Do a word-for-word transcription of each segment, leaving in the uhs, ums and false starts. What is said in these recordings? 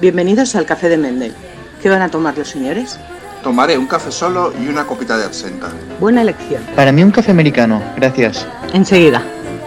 Bienvenidos al Café de Mendel. ¿Qué van a tomar los señores? Tomaré un café solo y una copita de absenta. Buena elección. Para mí un café americano, gracias. Enseguida.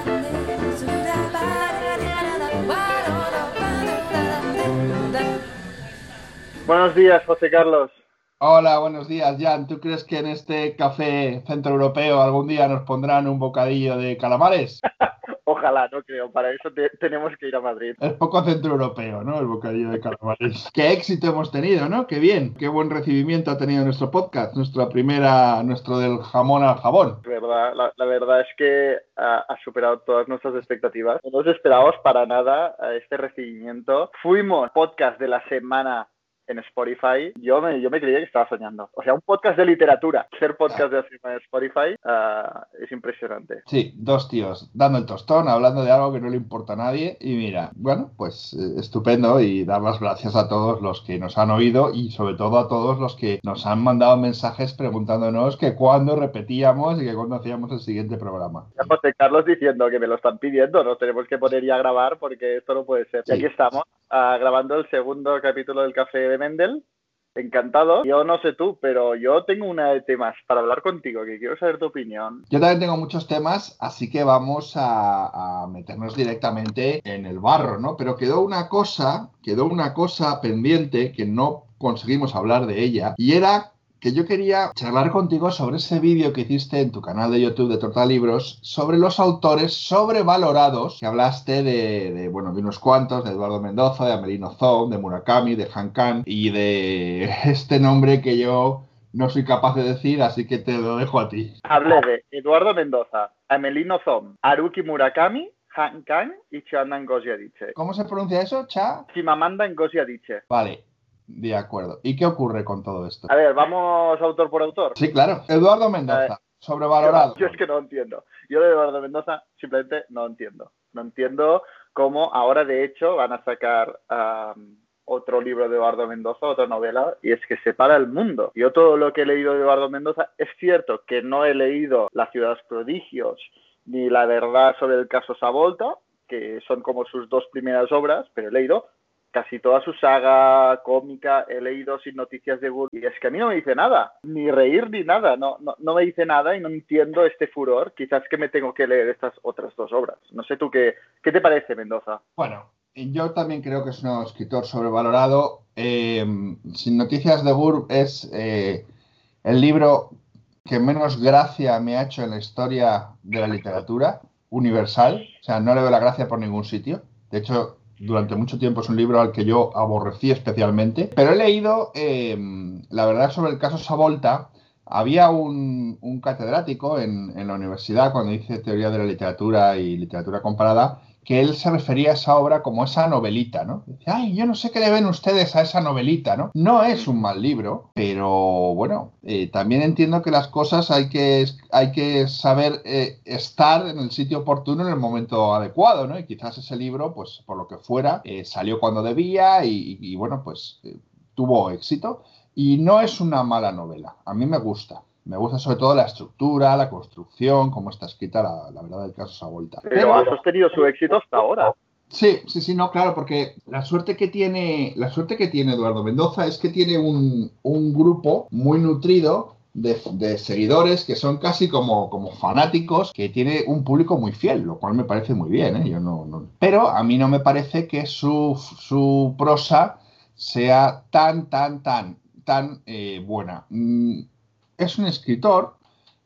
Buenos días, José Carlos. Hola, buenos días, Jan. ¿Tú crees que en este café centroeuropeo algún día nos pondrán un bocadillo de calamares? Ojalá, no creo. Para eso te, tenemos que ir a Madrid. Es poco centroeuropeo, ¿no? El bocadillo de calamares. Qué éxito hemos tenido, ¿no? Qué bien. Qué buen recibimiento ha tenido nuestro podcast. Nuestra primera, nuestro del jamón al jabón. ¿Verdad? La, la verdad es que ha, ha superado todas nuestras expectativas. No nos esperábamos para nada a este recibimiento. Fuimos podcast de la semana en Spotify. Yo me, yo me creía que estaba soñando. O sea, un podcast de literatura. Ser podcast de la semana en Spotify uh, es impresionante. Sí, dos tíos dando el tostón, hablando de algo que no le importa a nadie. Y mira, bueno, pues eh, estupendo, y dar las gracias a todos los que nos han oído y sobre todo a todos los que nos han mandado mensajes preguntándonos que cuándo repetíamos y que cuándo hacíamos el siguiente programa. Ya José Carlos diciendo que me lo están pidiendo, nos tenemos que poner ya a grabar porque esto no puede ser. Sí. Y aquí estamos, uh, grabando el segundo capítulo del Café de Mendel. Encantado. Yo no sé tú, pero yo tengo una de temas para hablar contigo, que quiero saber tu opinión. Yo también tengo muchos temas, así que vamos a, a meternos directamente en el barro, ¿no? Pero quedó una cosa, quedó una cosa pendiente que no conseguimos hablar de ella, y era que yo quería charlar contigo sobre ese vídeo que hiciste en tu canal de YouTube de Tortalibros sobre los autores sobrevalorados, que hablaste de, de, bueno, de unos cuantos, de Eduardo Mendoza, de Amelino Zoom, de Murakami, de Han Kang y de este nombre que yo no soy capaz de decir, así que te lo dejo a ti. Hablé de Eduardo Mendoza, Amelino Zoom, Haruki Murakami, Han Kang y Chimamanda Ngozi Adichie. ¿Cómo se pronuncia eso? Cha. Chimamanda Ngozi Adichie. Vale. De acuerdo. ¿Y qué ocurre con todo esto? A ver, ¿vamos autor por autor? Sí, claro. Eduardo Mendoza, sobrevalorado. Yo, yo es que no entiendo. Yo de Eduardo Mendoza simplemente no entiendo. No entiendo cómo ahora, de hecho, van a sacar um, otro libro de Eduardo Mendoza, otra novela, y es que separa el mundo. Yo todo lo que he leído de Eduardo Mendoza, es cierto que no he leído La ciudad de los prodigios ni La verdad sobre el caso Savolta, que son como sus dos primeras obras, pero he leído casi toda su saga cómica, he leído Sin noticias de Gur, y es que a mí no me dice nada, ni reír ni nada, no, no, no me dice nada y no entiendo este furor. Quizás que me tengo que leer estas otras dos obras. No sé tú qué, ¿qué te parece, Mendoza? Bueno, yo también creo que es un escritor sobrevalorado. Eh, Sin noticias de Gur es eh, el libro que menos gracia me ha hecho en la historia de la literatura universal. O sea, no le veo la gracia por ningún sitio. De hecho, durante mucho tiempo es un libro al que yo aborrecí especialmente, pero he leído, eh, la verdad, sobre el caso Savolta. Había un, un catedrático en, en la universidad, cuando hice teoría de la literatura y literatura comparada, que él se refería a esa obra como esa novelita, ¿no? Dice, ay, yo no sé qué le ven ustedes a esa novelita, ¿no? No es un mal libro, pero bueno, eh, también entiendo que las cosas hay que, hay que saber eh, estar en el sitio oportuno en el momento adecuado, ¿no? Y quizás ese libro, pues por lo que fuera, eh, salió cuando debía y, y, y bueno, pues eh, tuvo éxito. Y no es una mala novela, a mí me gusta. Me gusta sobre todo la estructura, la construcción, cómo está escrita la, la verdad del caso Savolta. Pero, Pero ha sostenido su éxito hasta ahora. Sí, sí, sí, no, claro, porque la suerte que tiene, la suerte que tiene Eduardo Mendoza es que tiene un, un grupo muy nutrido de, de seguidores que son casi como, como fanáticos, que tiene un público muy fiel, lo cual me parece muy bien, ¿eh? Yo no, no... Pero a mí no me parece que su, su prosa sea tan, tan, tan, tan eh, buena. Mm, Es un escritor,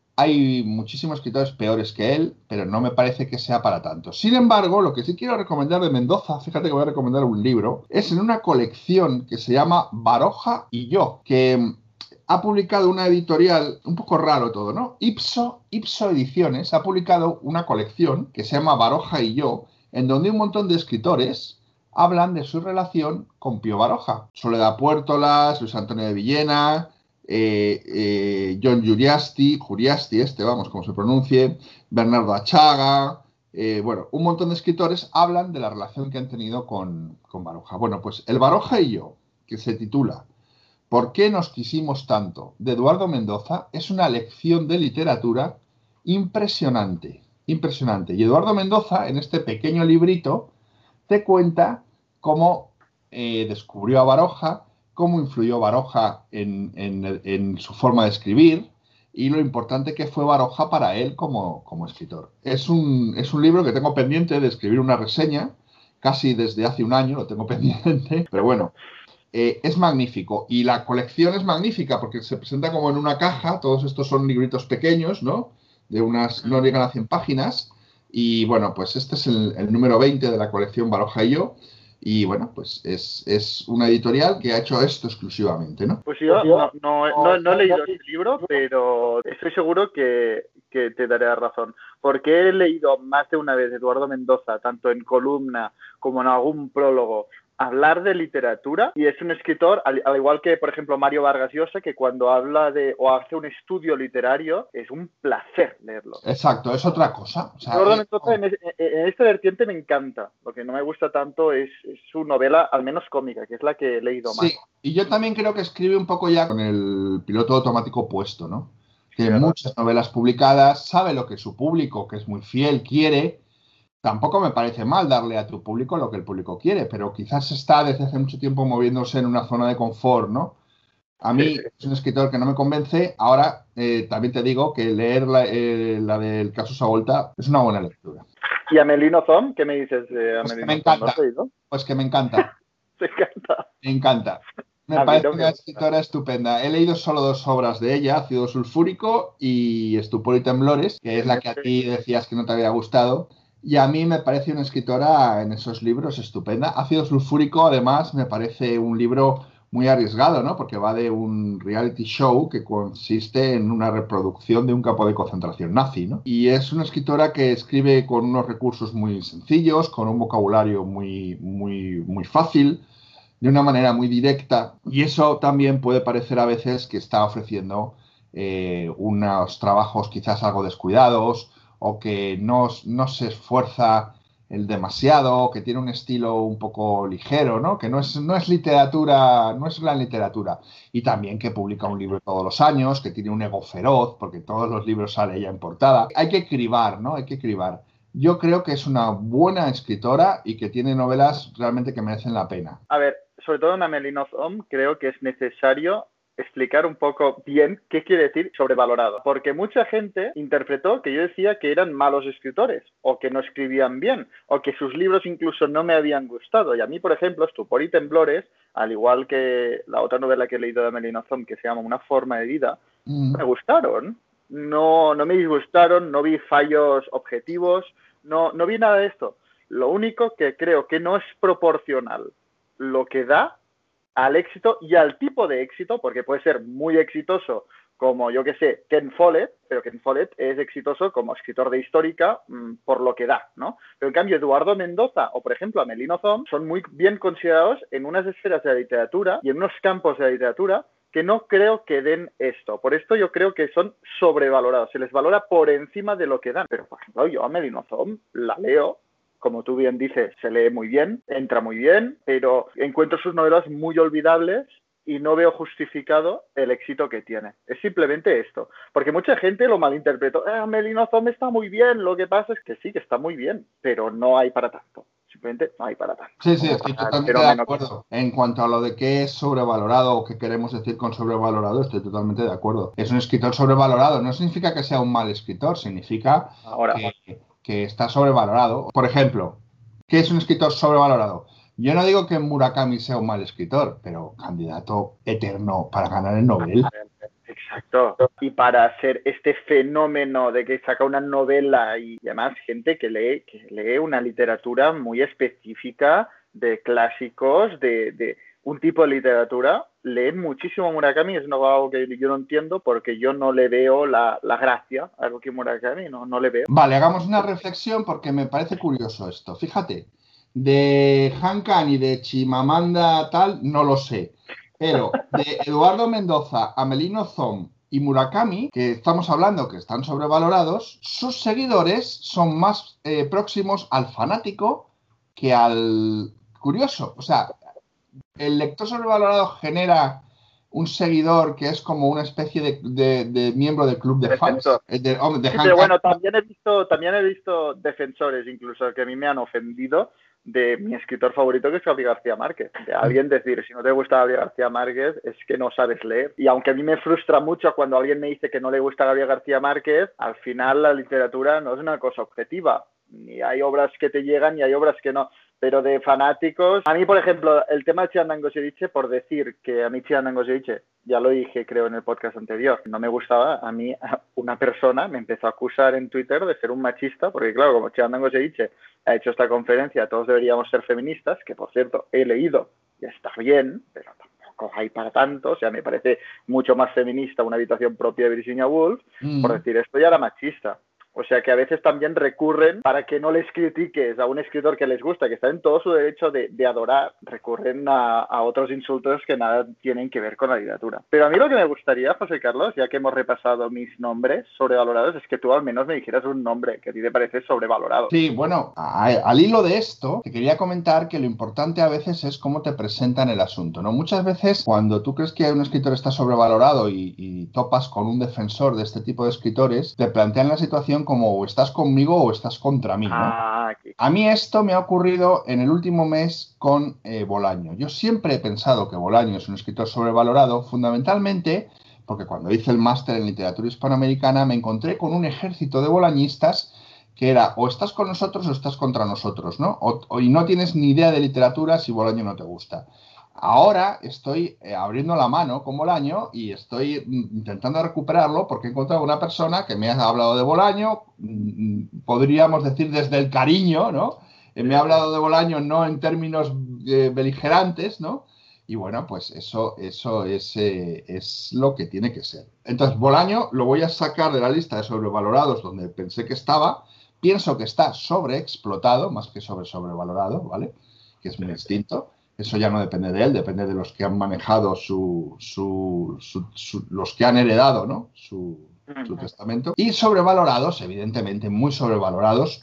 hay muchísimos escritores peores que él, pero no me parece que sea para tanto. Sin embargo, lo que sí quiero recomendar de Mendoza, fíjate que voy a recomendar un libro, es en una colección que se llama Baroja y yo, que ha publicado una editorial, un poco raro todo, ¿no? Ipso, Ipso Ediciones ha publicado una colección que se llama Baroja y yo, en donde un montón de escritores hablan de su relación con Pío Baroja. Soledad Puertolas, Luis Antonio de Villena, Eh, eh, John Juriasti, Juriasti, este, vamos, como se pronuncie, Bernardo Achaga, eh, bueno, un montón de escritores hablan de la relación que han tenido con, con Baroja. Bueno, pues el Baroja y yo, que se titula ¿Por qué nos quisimos tanto?, de Eduardo Mendoza, es una lección de literatura impresionante, impresionante. Y Eduardo Mendoza, en este pequeño librito, te cuenta cómo eh, descubrió a Baroja, cómo influyó Baroja en, en, en su forma de escribir y lo importante que fue Baroja para él como, como escritor. Es un, es un libro que tengo pendiente de escribir una reseña, casi desde hace un año lo tengo pendiente, pero bueno, eh, es magnífico. Y la colección es magnífica porque se presenta como en una caja, todos estos son libritos pequeños, ¿no? De unas, no llegan a cien páginas. Y bueno, pues este es el, el número veinte de la colección Baroja y yo. Y bueno, pues es, es una editorial que ha hecho esto exclusivamente, ¿no? Pues yo no, no, no, no he leído este libro, pero estoy seguro que, que te daré razón. Porque he leído más de una vez Eduardo Mendoza, tanto en columna como en algún prólogo, hablar de literatura, y es un escritor, al, al igual que, por ejemplo, Mario Vargas Llosa, que cuando habla de o hace un estudio literario, es un placer leerlo. Exacto, es otra cosa. O sea, Eduardo eh, Mendoza en, en esta vertiente me encanta. Lo que no me gusta tanto es, es su novela, al menos cómica, que es la que he leído más. Sí, y yo también creo que escribe un poco ya con el piloto automático puesto, ¿no? Tiene Sí, muchas novelas publicadas, sabe lo que su público, que es muy fiel, quiere. Tampoco me parece mal darle a tu público lo que el público quiere, pero quizás está desde hace mucho tiempo moviéndose en una zona de confort, ¿no? A mí Sí. es un escritor que no me convence. Ahora, eh, también te digo que leer la, eh, la del caso Savolta es una buena lectura. ¿Y Amelino Zom? ¿Qué me dices de Pues que Amelino me Zom? encanta. ¿Lo has leído? Pues que me encanta. Te encanta. Me encanta. Me A mí parece no me una gusta. escritora estupenda. He leído solo dos obras de ella, Ácido Sulfúrico y Estupor y Temblores, que es la que a ti decías que no te había gustado. Y a mí me parece una escritora en esos libros estupenda. Ácido Sulfúrico, además, me parece un libro muy arriesgado, ¿no? Porque va de un reality show que consiste en una reproducción de un campo de concentración nazi, ¿no? Y es una escritora que escribe con unos recursos muy sencillos, con un vocabulario muy, muy, muy fácil, de una manera muy directa. Y eso también puede parecer a veces que está ofreciendo eh, unos trabajos quizás algo descuidados, o que no, no se esfuerza el demasiado, que tiene un estilo un poco ligero, ¿no? Que no es, no es literatura, no es gran literatura. Y también que publica un libro todos los años, que tiene un ego feroz, porque todos los libros sale ella en portada. Hay que cribar, ¿no? Hay que cribar. Yo creo que es una buena escritora y que tiene novelas realmente que merecen la pena. A ver, sobre todo en Amelino Zom, creo que es necesario explicar un poco bien qué quiere decir sobrevalorado. Porque mucha gente interpretó que yo decía que eran malos escritores, o que no escribían bien, o que sus libros incluso no me habían gustado. Y a mí, por ejemplo, Estupor y Temblores, al igual que la otra novela que he leído de Amelino Zom, que se llama Una forma de vida, Mm. me gustaron. No, no me disgustaron, no vi fallos objetivos, no, no vi nada de esto. Lo único que creo que no es proporcional lo que da al éxito y al tipo de éxito, porque puede ser muy exitoso como, yo que sé, Ken Follett, pero Ken Follett es exitoso como escritor de histórica mmm, por lo que da, ¿no? Pero en cambio Eduardo Mendoza o, por ejemplo, Amelino Zom son muy bien considerados en unas esferas de la literatura y en unos campos de la literatura que no creo que den esto. Por esto yo creo que son sobrevalorados. Se les valora por encima de lo que dan. Pero, por ejemplo, yo a Amelino Zom la leo, como tú bien dices, se lee muy bien, entra muy bien, pero encuentro sus novelas muy olvidables y no veo justificado el éxito que tiene. Es simplemente esto. Porque mucha gente lo malinterpretó. Eh, Amelino Zom está muy bien. Lo que pasa es que sí, que está muy bien, pero no hay para tanto. Simplemente no hay para tanto. Sí, sí, estoy totalmente de acuerdo. En cuanto a lo de qué es sobrevalorado o qué queremos decir con sobrevalorado, estoy totalmente de acuerdo. Es un escritor sobrevalorado. No significa que sea un mal escritor, significa Ahora, que, que está sobrevalorado. Por ejemplo, ¿qué es un escritor sobrevalorado? Yo no digo que Murakami sea un mal escritor, pero candidato eterno para ganar el Nobel. Exacto. Y para hacer este fenómeno de que saca una novela y además gente que lee, que lee una literatura muy específica de clásicos, de, de un tipo de literatura, leen muchísimo Murakami. Es no, algo que yo no entiendo porque yo no le veo la, la gracia a algo que Murakami no, no le veo. Vale, hagamos una reflexión porque me parece curioso esto. Fíjate, de Han Kang y de Chimamanda tal, no lo sé. Pero de Eduardo Mendoza, Amelino Zom y Murakami, que estamos hablando que están sobrevalorados, sus seguidores son más eh, próximos al fanático que al curioso. O sea, el lector sobrevalorado genera un seguidor que es como una especie de, de, de miembro del club de fans. De, de sí, pero bueno, también he visto, también he visto defensores incluso que a mí me han ofendido de mi escritor favorito, que es Gabriel García Márquez. De alguien decir, si no te gusta Gabriel García Márquez, es que no sabes leer. Y aunque a mí me frustra mucho cuando alguien me dice que no le gusta Gabriel García Márquez, al final la literatura no es una cosa objetiva. Ni hay obras que te llegan, ni hay obras que no. Pero de fanáticos... A mí, por ejemplo, el tema de Chirandan Goyeneche, por decir que a mí Chirandan Goyeneche, ya lo dije creo en el podcast anterior, no me gustaba, a mí una persona me empezó a acusar en Twitter de ser un machista, porque claro, como Chirandan Goyeneche ha hecho esta conferencia, todos deberíamos ser feministas, que por cierto he leído y está bien, pero tampoco hay para tanto, o sea, me parece mucho más feminista Una habitación propia de Virginia Woolf, mm. por decir esto ya era machista. O sea que a veces también recurren, para que no les critiques a un escritor que les gusta, que está en todo su derecho de, de adorar, recurren a, a otros insultos que nada tienen que ver con la literatura. Pero a mí lo que me gustaría, José Carlos, ya que hemos repasado mis nombres sobrevalorados, es que tú al menos me dijeras un nombre que a ti te parece sobrevalorado. Sí, bueno, a, al hilo de esto, te quería comentar que lo importante a veces es cómo te presentan el asunto, ¿no? Muchas veces cuando tú crees que un escritor está sobrevalorado y, y topas con un defensor de este tipo de escritores, te plantean la situación como o estás conmigo o estás contra mí, ¿no? Ah, okay. A mí esto me ha ocurrido en el último mes con eh, Bolaño. Yo siempre he pensado que Bolaño es un escritor sobrevalorado, fundamentalmente porque cuando hice el máster en literatura hispanoamericana me encontré con un ejército de bolañistas que era o estás con nosotros o estás contra nosotros, ¿no? O, o, y no tienes ni idea de literatura si Bolaño no te gusta. Ahora estoy eh, abriendo la mano con Bolaño y estoy intentando recuperarlo porque he encontrado una persona que me ha hablado de Bolaño, podríamos decir desde el cariño, ¿no? Eh, me ha hablado de Bolaño no en términos eh, beligerantes, ¿no? Y bueno, pues eso, eso es, eh, es lo que tiene que ser. Entonces, Bolaño lo voy a sacar de la lista de sobrevalorados donde pensé que estaba. Pienso que está sobreexplotado, más que sobre sobrevalorado, ¿vale? Que es muy distinto. Eso ya no depende de él, depende de los que han manejado su, su, su, su los que han heredado, ¿no? su, su testamento. Y sobrevalorados, evidentemente muy sobrevalorados,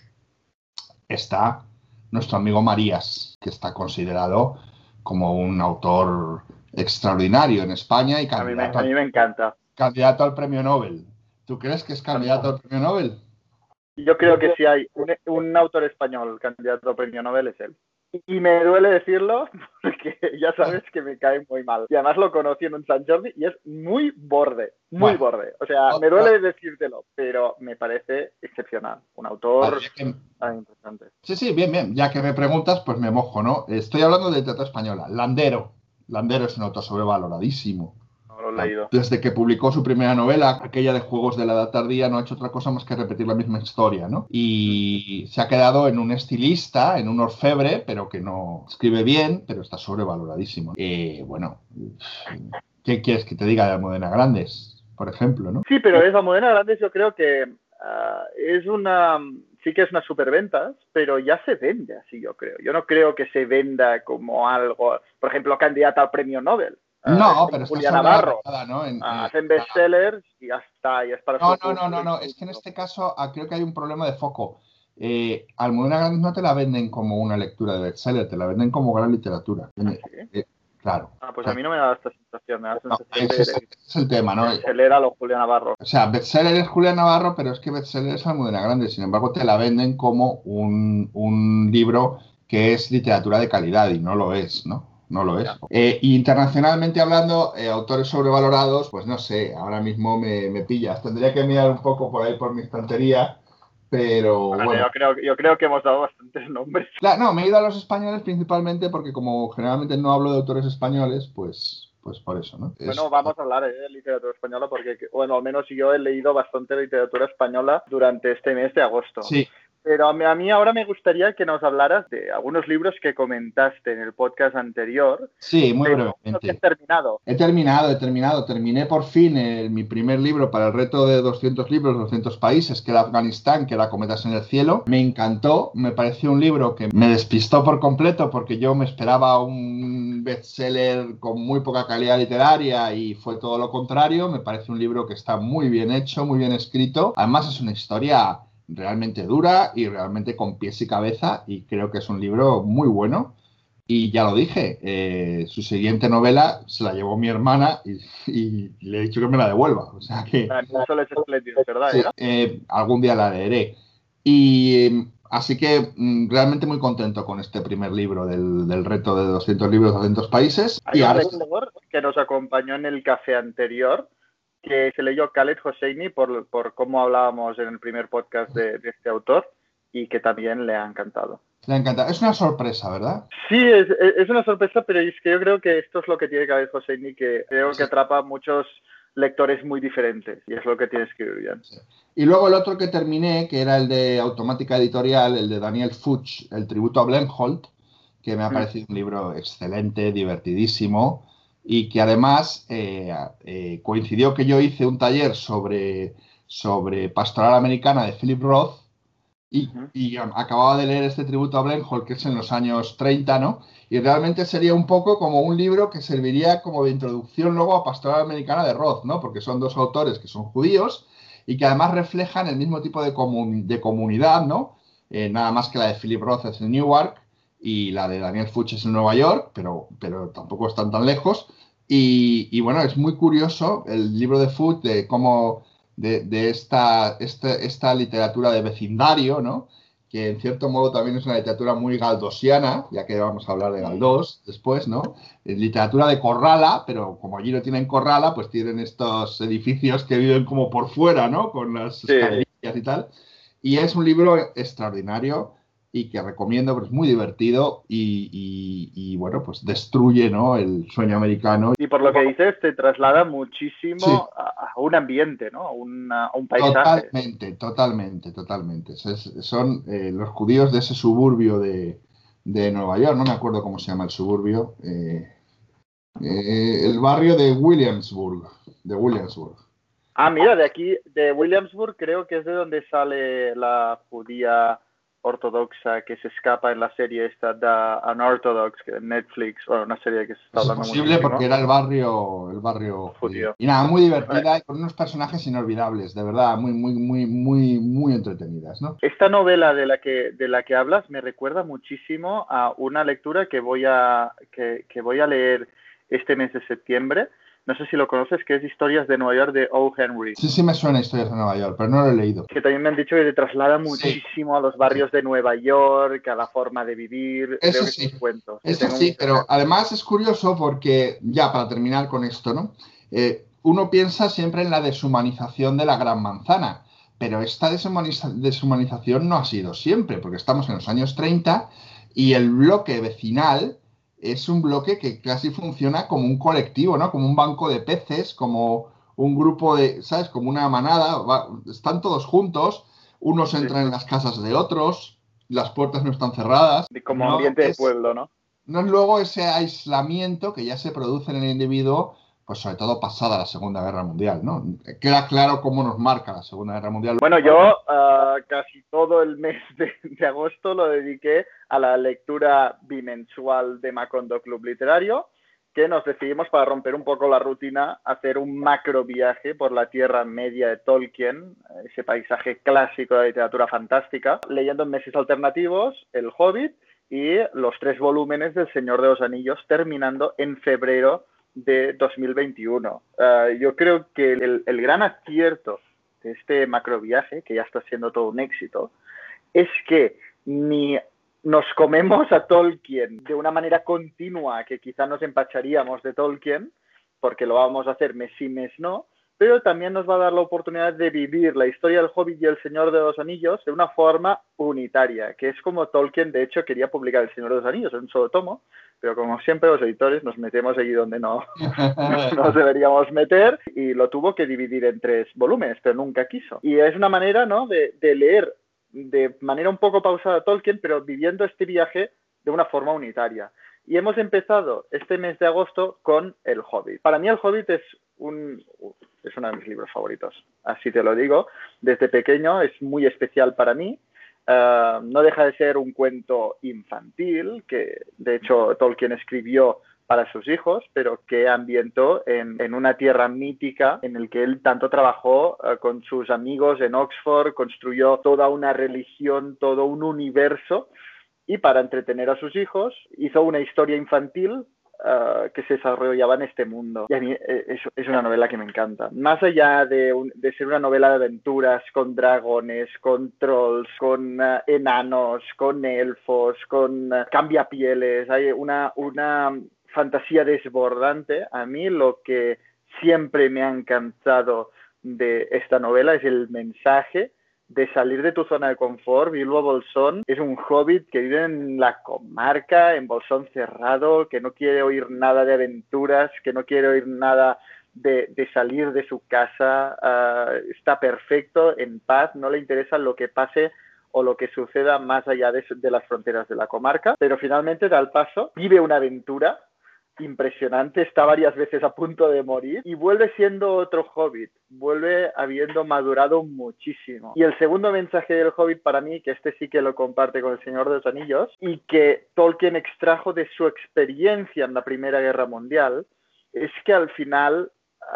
está nuestro amigo Marías, que está considerado como un autor extraordinario en España y candidato, a mí me, a mí me encanta. candidato al premio Nobel. ¿Tú crees que es candidato al premio Nobel? Yo creo que si hay un, un autor español candidato al premio Nobel es él. Y me duele decirlo porque ya sabes que me cae muy mal. Y además lo conocí en un San Jordi y es muy borde, muy bueno, borde. O sea, me duele decírtelo, pero me parece excepcional. Un autor vale, que... tan interesante. Sí, sí, bien, bien. Ya que me preguntas, pues me mojo, ¿no? Estoy hablando de literatura española. Landero. Landero es un autor sobrevaloradísimo. No lo he leído. Desde que publicó su primera novela, aquella de Juegos de la Edad Tardía, no ha hecho otra cosa más que repetir la misma historia, ¿no? Y se ha quedado en un estilista, en un orfebre, pero que no escribe bien, pero está sobrevaloradísimo. Eh, bueno, ¿qué quieres que te diga de Almudena Grandes, por ejemplo, no? Sí, pero es Almudena Grandes, yo creo que uh, es una... Sí que es una superventas, pero ya se vende así, yo creo. Yo no creo que se venda como algo, por ejemplo, candidata al premio Nobel. No, uh, pero Julia Navarro, ¿no? En, uh, hacen bestsellers y ya está, y es para no, su no, no, no, no, es que en este caso ah, creo que hay un problema de foco. Eh, Almudena Grandes no te la venden como una lectura de bestseller, te la venden como gran literatura. ¿Ah, sí? eh, claro. Ah, pues a mí no me da esta sensación, me da no, sensación ese, de, es, ese es el tema, ¿no? Bestseller a lo Julia Navarro. O sea, bestseller es Julia Navarro, pero es que bestseller es Almudena Grandes, sin embargo te la venden como un, un libro que es literatura de calidad y no lo es, ¿no? No lo es. Eh, internacionalmente hablando, eh, autores sobrevalorados, pues no sé, ahora mismo me, me pillas. Tendría que mirar un poco por ahí por mi estantería, pero bueno. bueno. Yo, creo, yo creo que hemos dado bastantes nombres. Claro, no, me he ido a los españoles principalmente porque como generalmente no hablo de autores españoles, pues, pues por eso, ¿no? Bueno, es... vamos a hablar eh, de literatura española porque, bueno, al menos yo he leído bastante literatura española durante este mes de agosto. Sí. Pero a mí ahora me gustaría que nos hablaras de algunos libros que comentaste en el podcast anterior. Sí, muy brevemente. ¿Has terminado? He terminado, he terminado. Terminé por fin el, mi primer libro para el reto de doscientos libros, doscientos países, que era Afganistán, que era Cometas en el cielo. Me encantó, me pareció un libro que me despistó por completo porque yo me esperaba un bestseller con muy poca calidad literaria y fue todo lo contrario. Me parece un libro que está muy bien hecho, muy bien escrito. Además es una historia realmente dura y realmente con pies y cabeza y creo que es un libro muy bueno y ya lo dije, eh, su siguiente novela se la llevó mi hermana y, y le he dicho que me la devuelva, o sea que eso es espléndido, ¿verdad? Sí, eh, algún día la leeré y eh, Así que mm, realmente muy contento con este primer libro del, del reto de doscientos libros, doscientos países. Hay y un ahora... lector que nos acompañó en el café anterior, que se leyó Khaled Hosseini por, por cómo hablábamos en el primer podcast de, de este autor y que también le ha encantado. Le ha encantado. Es una sorpresa, ¿verdad? Sí, es, es una sorpresa, pero es que yo creo que esto es lo que tiene Khaled Hosseini, que creo Sí. que atrapa a muchos lectores muy diferentes y es lo que tiene que escribir bien. Sí. Y luego el otro que terminé, que era el de Automática Editorial, el de Daniel Fuchs, El tributo a Blemholt, que me ha parecido un libro excelente, divertidísimo, y que además eh, eh, coincidió que yo hice un taller sobre, sobre Pastoral Americana de Philip Roth, y, Uh-huh. y acababa de leer este tributo a Blemholt, que es en los años treinta, ¿no? Y realmente sería un poco como un libro que serviría como de introducción luego a Pastoral Americana de Roth, ¿no? Porque son dos autores que son judíos y que además reflejan el mismo tipo de, comun de comunidad, ¿no? Eh, nada más que la de Philip Roth es en Newark y la de Daniel Fuchs es en Nueva York, pero, pero tampoco están tan lejos. Y, y bueno, es muy curioso el libro de Fuchs de cómo... de, de esta, este, esta literatura de vecindario, ¿no? Que en cierto modo también es una literatura muy galdosiana, ya que vamos a hablar de Galdós después, ¿no? Es literatura de corrala, pero como allí no tienen corrala, pues tienen estos edificios que viven como por fuera, ¿no? Con las Sí. escalerillas y tal. Y es un libro extraordinario y que recomiendo, porque es muy divertido y, y, y bueno, pues destruye, ¿no? El sueño americano. Y por lo que dices, te traslada muchísimo Sí. a, a un ambiente, ¿no? A, una, a un paisaje. Totalmente, totalmente, totalmente. Es, son eh, los judíos de ese suburbio de, de Nueva York, no me acuerdo cómo se llama el suburbio, eh, eh, el barrio de Williamsburg, de Williamsburg. Ah, mira, de aquí, de Williamsburg, creo que es de donde sale la judía ortodoxa que se escapa en la serie esta The Unorthodox, que en Netflix, bueno, una serie que se está Es hablando posible muchísimo. porque era el barrio, el barrio judío. Judío. Y nada, muy divertida y con unos personajes inolvidables, de verdad, muy, muy, muy, muy, muy entretenidas, ¿no? Esta novela de la que, de la que hablas me recuerda muchísimo a una lectura que voy a, que, que voy a leer este mes de septiembre. No sé si lo conoces, que es Historias de Nueva York de O. Henry. Sí, sí me suena Historias de Nueva York, pero no lo he leído. Que también me han dicho que te traslada muchísimo sí. a los barrios sí. de Nueva York, a la forma de vivir. Eso Creo que sí, sus cuentos. eso sí, un... pero además es curioso porque, ya para terminar con esto, ¿no? Eh, uno piensa siempre en la deshumanización de la Gran Manzana, pero esta deshumaniza deshumanización no ha sido siempre, porque estamos en los años treinta y el bloque vecinal es un bloque que casi funciona como un colectivo, ¿no? Como un banco de peces, como un grupo de, ¿sabes? Como una manada, va, están todos juntos, unos entran sí. en las casas de otros, las puertas no están cerradas. Como no ambiente es, de pueblo, ¿no? No es luego ese aislamiento que ya se produce en el individuo, pues sobre todo pasada la Segunda Guerra Mundial, ¿no? Queda claro cómo nos marca la Segunda Guerra Mundial. Bueno, yo uh, casi todo el mes de, de agosto lo dediqué a la lectura bimensual de Macondo Club Literario, que nos decidimos para romper un poco la rutina, hacer un macro viaje por la Tierra Media de Tolkien, ese paisaje clásico de la literatura fantástica, leyendo en meses alternativos El Hobbit y los tres volúmenes del Señor de los Anillos, terminando en febrero de dos mil veintiuno. Uh, yo creo que el, el gran acierto de este macroviaje, que ya está siendo todo un éxito, es que ni nos comemos a Tolkien de una manera continua, que quizá nos empacharíamos de Tolkien, porque lo vamos a hacer mes sí, mes no, pero también nos va a dar la oportunidad de vivir la historia del Hobbit y el Señor de los Anillos de una forma unitaria, que es como Tolkien, de hecho, quería publicar el Señor de los Anillos en un solo tomo, pero como siempre los editores nos metemos allí donde no nos deberíamos meter y lo tuvo que dividir en tres volúmenes, pero nunca quiso. Y es una manera, ¿no?, de, de leer de manera un poco pausada Tolkien, pero viviendo este viaje de una forma unitaria. Y hemos empezado este mes de agosto con El Hobbit. Para mí El Hobbit es, un, es uno de mis libros favoritos, así te lo digo. Desde pequeño es muy especial para mí. Uh, no deja de ser un cuento infantil, que de hecho Tolkien escribió para sus hijos, pero que ambientó en, en una tierra mítica en el que él tanto trabajó uh, con sus amigos en Oxford, construyó toda una religión, todo un universo, y para entretener a sus hijos hizo una historia infantil uh, que se desarrollaba en este mundo. Y a mí es, es una novela que me encanta. Más allá de, un, de ser una novela de aventuras con dragones, con trolls, con uh, enanos, con elfos, con uh, cambiapieles, hay una, una fantasía desbordante. A mí lo que siempre me ha encantado de esta novela es el mensaje de salir de tu zona de confort. Bilbo Bolsón es un hobbit que vive en la comarca, en Bolsón cerrado, que no quiere oír nada de aventuras, que no quiere oír nada de, de salir de su casa. Uh, está perfecto, en paz, no le interesa lo que pase o lo que suceda más allá de, de las fronteras de la comarca, pero finalmente da el paso, vive una aventura impresionante, está varias veces a punto de morir y vuelve siendo otro hobbit, vuelve habiendo madurado muchísimo. Y el segundo mensaje del hobbit para mí, que este sí que lo comparte con el Señor de los Anillos y que Tolkien extrajo de su experiencia en la Primera Guerra Mundial, es que al final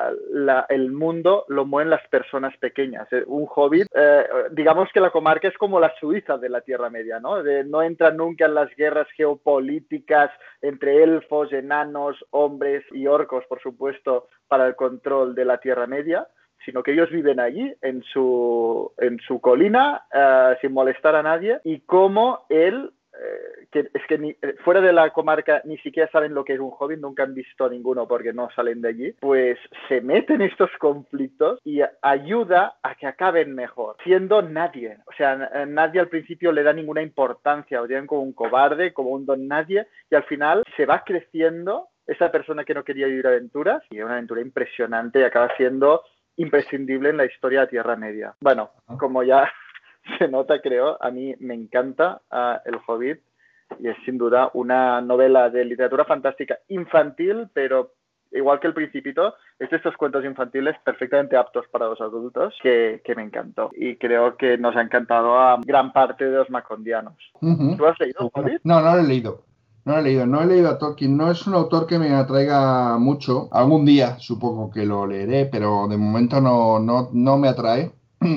La, el mundo lo mueven las personas pequeñas. Un hobbit, eh, digamos que la comarca es como la Suiza de la Tierra Media, ¿no? De, no entran nunca en las guerras geopolíticas entre elfos, enanos, hombres y orcos, por supuesto, para el control de la Tierra Media, sino que ellos viven allí, en su, en su colina, eh, sin molestar a nadie, y cómo él Eh, que es que ni, fuera de la comarca ni siquiera saben lo que es un hobbit, nunca han visto a ninguno porque no salen de allí, pues se meten en estos conflictos y ayuda a que acaben mejor, siendo nadie. O sea, nadie al principio le da ninguna importancia, o tienen como un cobarde, como un don nadie, y al final se va creciendo esa persona que no quería vivir aventuras, y es una aventura impresionante y acaba siendo imprescindible en la historia de Tierra Media. Bueno, como ya se nota, creo, a mí me encanta uh, El Hobbit y es sin duda una novela de literatura fantástica infantil, pero igual que El Principito, es de estos cuentos infantiles perfectamente aptos para los adultos que, que me encantó y creo que nos ha encantado a gran parte de los macondianos. Uh-huh. ¿Tú has leído El Hobbit? No, no lo he leído. No he leído, no he leído a Tolkien, no es un autor que me atraiga mucho. Algún día supongo que lo leeré, pero de momento no, no, no me atrae.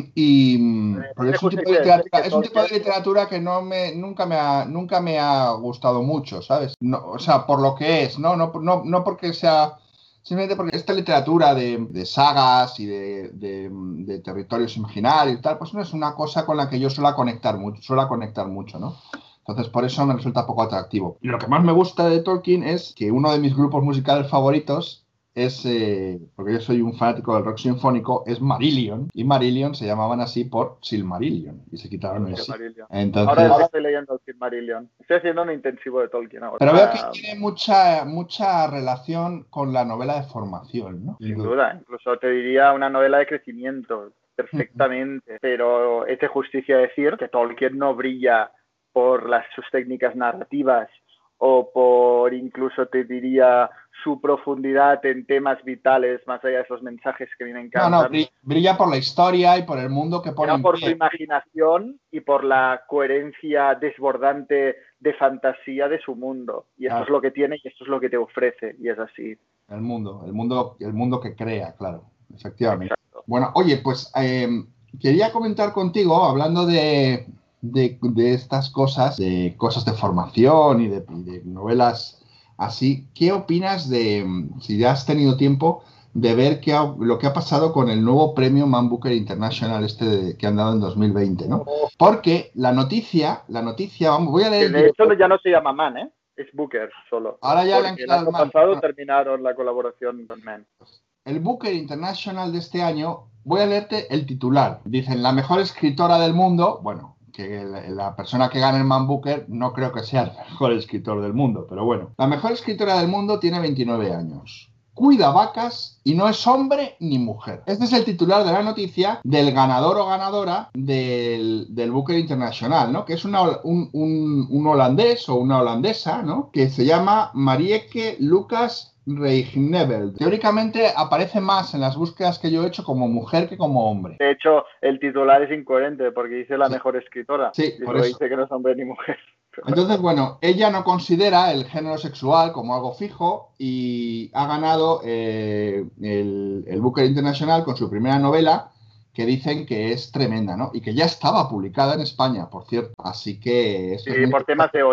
Y porque es un tipo de literatura, es un tipo de literatura que no me nunca me ha nunca me ha gustado mucho, ¿sabes? No, o sea, por lo que es, no no no, no porque sea, simplemente porque esta literatura de, de sagas y de, de, de territorios imaginarios y tal, pues no es una cosa con la que yo suelo conectar mucho, suelo conectar mucho, ¿no? Entonces, por eso me resulta poco atractivo. Y lo que más me gusta de Tolkien es que uno de mis grupos musicales favoritos es, eh, porque yo soy un fanático del rock sinfónico, es Marillion, y Marillion se llamaban así por Silmarillion, y se quitaron el sí. Entonces, ahora, ahora estoy leyendo el Silmarillion. Estoy haciendo un intensivo de Tolkien ahora. Pero veo que tiene mucha, mucha relación con la novela de formación, ¿no? Sin duda, incluso te diría una novela de crecimiento, perfectamente, pero es de justicia decir que Tolkien no brilla por las, sus técnicas narrativas o por incluso te diría su profundidad en temas vitales más allá de esos mensajes que a mí me encantan. No, no, brilla por la historia y por el mundo que pone. Brilla por su imaginación y por la coherencia desbordante de fantasía de su mundo. Y esto claro. es lo que tiene y esto es lo que te ofrece y es así. El mundo, el mundo, el mundo que crea, claro, efectivamente. Exacto. Bueno, oye, pues eh, quería comentar contigo, hablando de De, de estas cosas, de cosas de formación y de, de novelas así, ¿qué opinas de, si ya has tenido tiempo, de ver qué ha, lo que ha pasado con el nuevo premio Man Booker International este de, que han dado en dos mil veinte, ¿no? Porque la noticia, la noticia, vamos, voy a leer... De hecho ya no se llama Man, ¿eh? Es Booker solo. Ahora ya le han quitado el año pasado terminaron la colaboración con Man. El Booker International de este año, voy a leerte el titular. Dicen, la mejor escritora del mundo, bueno, que la persona que gane el Man Booker no creo que sea el mejor escritor del mundo, pero bueno. La mejor escritora del mundo tiene veintinueve años. Cuida vacas y no es hombre ni mujer. Este es el titular de la noticia del ganador o ganadora del, del Booker International, ¿no? Que es una, un, un, un holandés o una holandesa, ¿no? Que se llama Marieke Lucas Reijneveld. Teóricamente aparece más en las búsquedas que yo he hecho como mujer que como hombre. De hecho, el titular es incoherente porque dice la sí. mejor escritora. Sí, y por eso. Dice que no es hombre ni mujer. Entonces, bueno, ella no considera el género sexual como algo fijo y ha ganado eh, el, el Booker International con su primera novela, que dicen que es tremenda, ¿no? Y que ya estaba publicada en España, por cierto. Así que... Esto sí, es muy... por temas de hoy.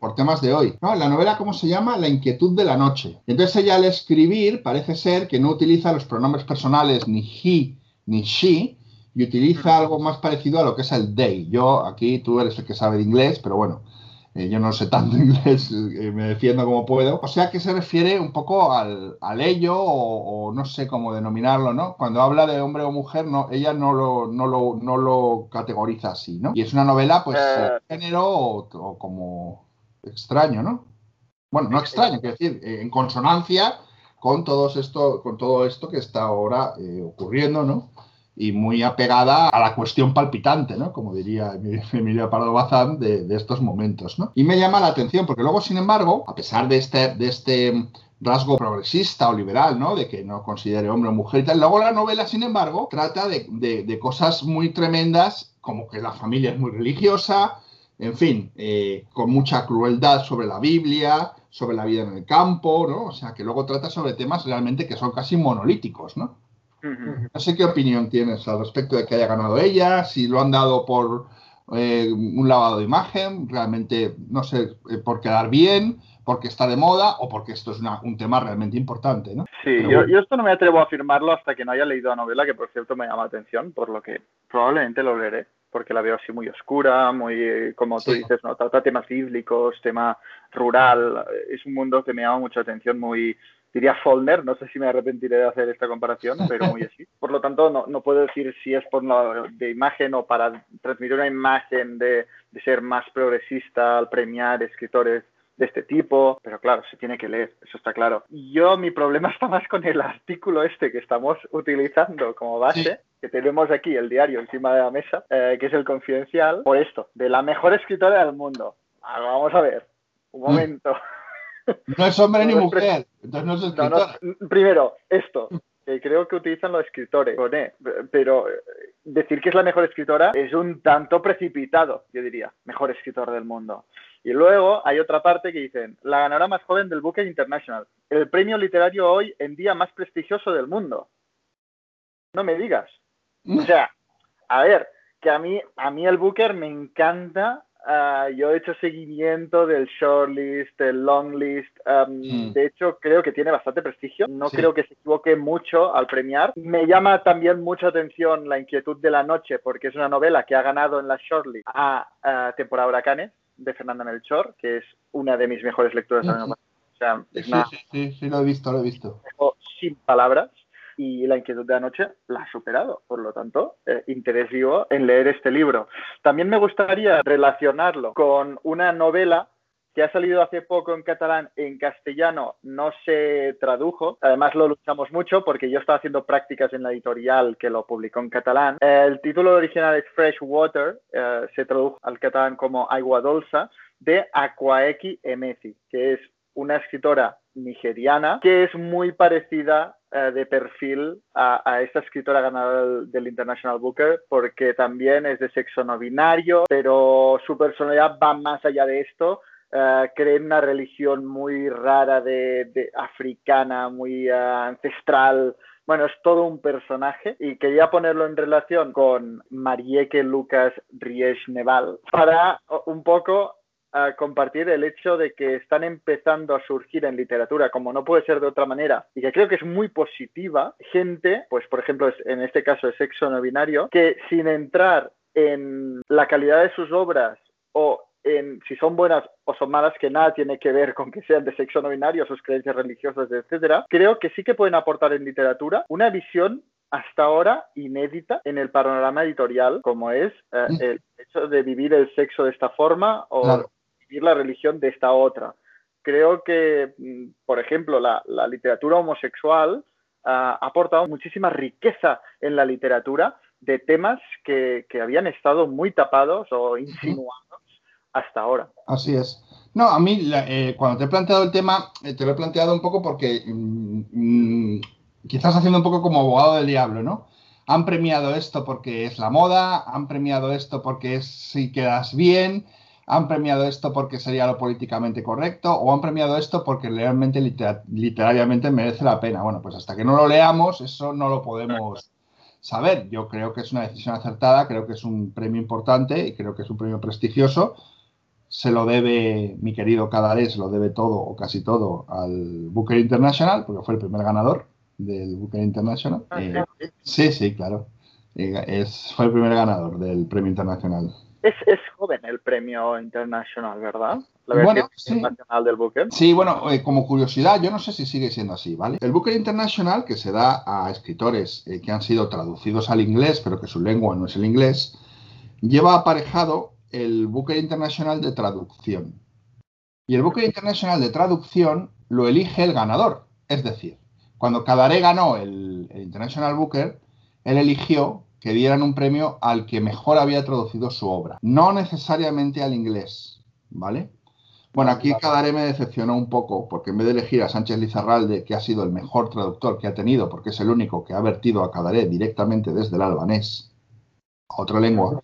por temas de hoy. ¿No? La novela, ¿cómo se llama? La inquietud de la noche. Entonces ella al escribir parece ser que no utiliza los pronombres personales ni he ni she y utiliza algo más parecido a lo que es el they. Yo aquí, tú eres el que sabe de inglés, pero bueno, eh, yo no sé tanto inglés, eh, me defiendo como puedo. O sea que se refiere un poco al, al ello o, o no sé cómo denominarlo, ¿no? Cuando habla de hombre o mujer, no, ella no lo, no lo, no lo categoriza así, ¿no? Y es una novela, pues, Eh, género o, o como extraño, ¿no? Bueno, no extraño, quiero decir, eh, en consonancia con, todos esto, con todo esto que está ahora eh, ocurriendo, ¿no? Y muy apegada a la cuestión palpitante, ¿no? Como diría Emilio Pardo Bazán, de, de estos momentos, ¿no? Y me llama la atención, porque luego, sin embargo, a pesar de este, de este rasgo progresista o liberal, ¿no? De que no considere hombre o mujer y tal, luego la novela, sin embargo, trata de, de, de cosas muy tremendas, como que la familia es muy religiosa, en fin, eh, con mucha crueldad sobre la Biblia, sobre la vida en el campo, ¿no? O sea, que luego trata sobre temas realmente que son casi monolíticos, ¿no? No sé qué opinión tienes al respecto de que haya ganado ella, si lo han dado por eh, un lavado de imagen, realmente, no sé, eh, por quedar bien, porque está de moda o porque esto es una, un tema realmente importante, ¿no? Sí, Pero yo, bueno. yo esto no me atrevo a afirmarlo hasta que no haya leído la novela, que por cierto me llama la atención, por lo que probablemente lo leeré, porque la veo así muy oscura, muy, como tú Sí. dices, ¿no? Trata temas bíblicos, tema rural, es un mundo que me llama mucha atención, muy, diría Follner, no sé si me arrepentiré de hacer esta comparación, pero muy así. Por lo tanto, no, no puedo decir si es por la de imagen o para transmitir una imagen de, de ser más progresista al premiar escritores de este tipo, pero claro, se tiene que leer, eso está claro. Yo, mi problema está más con el artículo este que estamos utilizando como base, sí, que tenemos aquí, el diario encima de la mesa, eh, que es el Confidencial, por esto, de la mejor escritora del mundo. Ah, vamos a ver, un momento. No es hombre no ni es mujer, entonces no es escritora. No, no, primero, esto, que creo que utilizan los escritores, pero decir que es la mejor escritora es un tanto precipitado, yo diría, mejor escritor del mundo. Y luego hay otra parte que dicen, la ganadora más joven del Booker International, el premio literario hoy en día más prestigioso del mundo. No me digas. O sea, a ver, que a mí, a mí el Booker me encanta. Uh, yo he hecho seguimiento del shortlist, del longlist. Um, mm. De hecho, creo que tiene bastante prestigio. No sí. creo que se equivoque mucho al premiar. Me llama también mucha atención La inquietud de la noche, porque es una novela que ha ganado en la shortlist a, a Temporada Huracanes, de Fernanda Melchor, que es una de mis mejores lecturas. Uh-huh. O sea, es una... sí, sí, sí, sí, lo he visto, lo he visto. Sin palabras. Y La inquietud de la noche la ha superado. Por lo tanto, eh, interés vivo en leer este libro. También me gustaría relacionarlo con una novela que ha salido hace poco en catalán, en castellano no se tradujo. Además lo luchamos mucho porque yo estaba haciendo prácticas en la editorial que lo publicó en catalán. El título original es Fresh Water, eh, se tradujo al catalán como Aigua Dolça, de Akwaeke Emezi, que es una escritora nigeriana que es muy parecida uh, de perfil a, a esta escritora ganadora del, del International Booker, porque también es de sexo no binario, pero su personalidad va más allá de esto. Uh, cree en una religión muy rara de, de africana, muy uh, ancestral. Bueno, es todo un personaje y quería ponerlo en relación con Marieke Lucas Riesch Neval para un poco a compartir el hecho de que están empezando a surgir en literatura, como no puede ser de otra manera, y que creo que es muy positiva, gente, pues por ejemplo, en este caso de sexo no binario, que sin entrar en la calidad de sus obras o en si son buenas o son malas, que nada tiene que ver con que sean de sexo no binario, sus creencias religiosas, etcétera, creo que sí que pueden aportar en literatura una visión hasta ahora inédita en el panorama editorial, como es eh, el hecho de vivir el sexo de esta forma o claro. vivir la religión de esta otra. Creo que, por ejemplo, la, la literatura homosexual uh, ha aportado muchísima riqueza en la literatura de temas que, que habían estado muy tapados o insinuados hasta ahora. Así es. No, a mí, la, eh, cuando te he planteado el tema, eh, te lo he planteado un poco porque mmm, quizás haciendo un poco como abogado del diablo, ¿no? Han premiado esto porque es la moda, han premiado esto porque es si quedas bien, han premiado esto porque sería lo políticamente correcto, o han premiado esto porque realmente liter literariamente merece la pena. Bueno, pues hasta que no lo leamos, eso no lo podemos saber. Yo creo que es una decisión acertada, creo que es un premio importante y creo que es un premio prestigioso. se lo debe, mi querido Cadaré, se lo debe todo o casi todo al Booker International, porque fue el primer ganador del Booker International. Ah, Eh, sí, sí, sí, claro. Eh, es, fue el primer ganador del premio internacional. Es, es joven el premio internacional, ¿verdad? La Bueno, versión sí. internacional del Booker. Sí, bueno, eh, como curiosidad, yo no sé si sigue siendo así, ¿vale? El Booker International, que se da a escritores eh, que han sido traducidos al inglés, pero que su lengua no es el inglés, lleva aparejado el Booker International de traducción. Y el Booker International de traducción lo elige el ganador. Es decir, cuando Cadaré ganó el, el International Booker, él eligió que dieran un premio al que mejor había traducido su obra, no necesariamente al inglés, ¿vale? Bueno, aquí Cadaré me decepcionó un poco, porque en vez de elegir a Sánchez Lizarralde, que ha sido el mejor traductor que ha tenido, porque es el único que ha vertido a Cadaré directamente desde el albanés a otra lengua,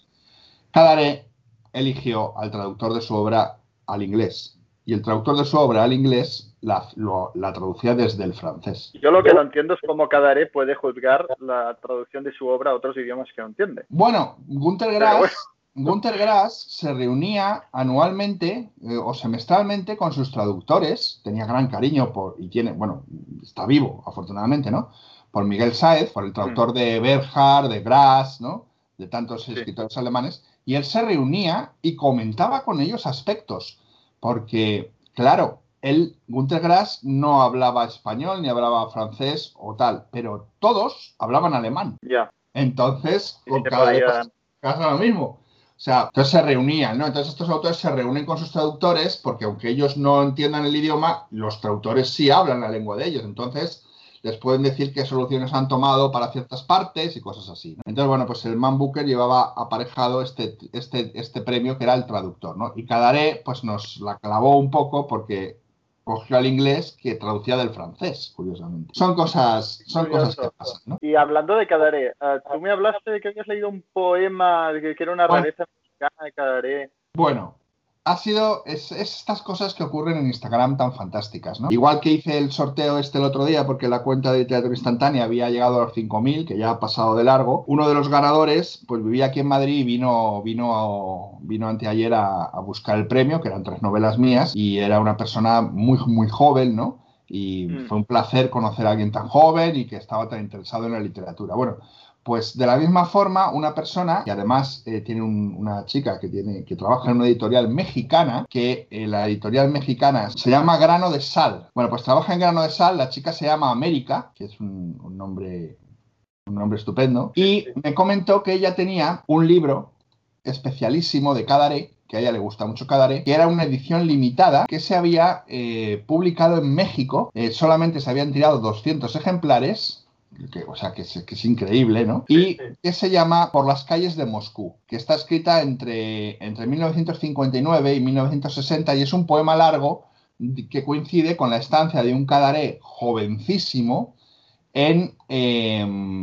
Cadaré eligió al traductor de su obra al inglés. Y el traductor de su obra al inglés la, lo, la traducía desde el francés. Yo lo que no entiendo es cómo Cadaré puede juzgar la traducción de su obra a otros idiomas que no entiende. Bueno, Günter Grass, Günter Grass se reunía anualmente eh, o semestralmente con sus traductores. Tenía gran cariño por, y tiene, bueno, está vivo, afortunadamente, ¿no? Por Miguel Sáez, por el traductor de Bernhard, de Grass, ¿no? De tantos sí. escritores alemanes. Y él se reunía y comentaba con ellos aspectos. Porque, claro, él, Günter Grass, no hablaba español ni hablaba francés o tal, pero todos hablaban alemán. Ya. Yeah. Entonces, con cada vez pasa lo mismo. O sea, entonces se reunían, ¿no? Entonces estos autores se reúnen con sus traductores porque aunque ellos no entiendan el idioma, los traductores sí hablan la lengua de ellos. Entonces les pueden decir qué soluciones han tomado para ciertas partes y cosas así, ¿no? Entonces, bueno, pues el Man Booker llevaba aparejado este, este, este premio que era el traductor, ¿no? Y Cadaré, pues nos la clavó un poco porque cogió al inglés que traducía del francés, curiosamente. Son cosas, son cosas que pasan, ¿no? Y hablando de Cadaré, uh, tú me hablaste de que habías leído un poema, de que era una bueno, rareza mexicana de Cadaré. Bueno, ha sido es, es estas cosas que ocurren en Instagram tan fantásticas, ¿no? Igual que hice el sorteo este el otro día porque la cuenta de Teatro Instantánea había llegado a los cinco mil, que ya ha pasado de largo. Uno de los ganadores, pues vivía aquí en Madrid y vino, vino, vino anteayer a, a buscar el premio, que eran tres novelas mías, y era una persona muy, muy joven, ¿no? Y mm. fue un placer conocer a alguien tan joven y que estaba tan interesado en la literatura. Bueno, pues de la misma forma, una persona, que además eh, tiene un, una chica que, tiene, que trabaja en una editorial mexicana, que eh, la editorial mexicana se llama Grano de Sal. Bueno, pues trabaja en Grano de Sal, la chica se llama América, que es un, un, nombre, un nombre estupendo, y me comentó que ella tenía un libro especialísimo de Cadaré, que a ella le gusta mucho Cadaré, que era una edición limitada que se había eh, publicado en México, eh, solamente se habían tirado doscientos ejemplares, que, o sea, que es, que es increíble, ¿no? Y que se llama Por las calles de Moscú, que está escrita entre, entre mil novecientos cincuenta y nueve y mil novecientos sesenta y es un poema largo que coincide con la estancia de un Cadaré jovencísimo en, eh,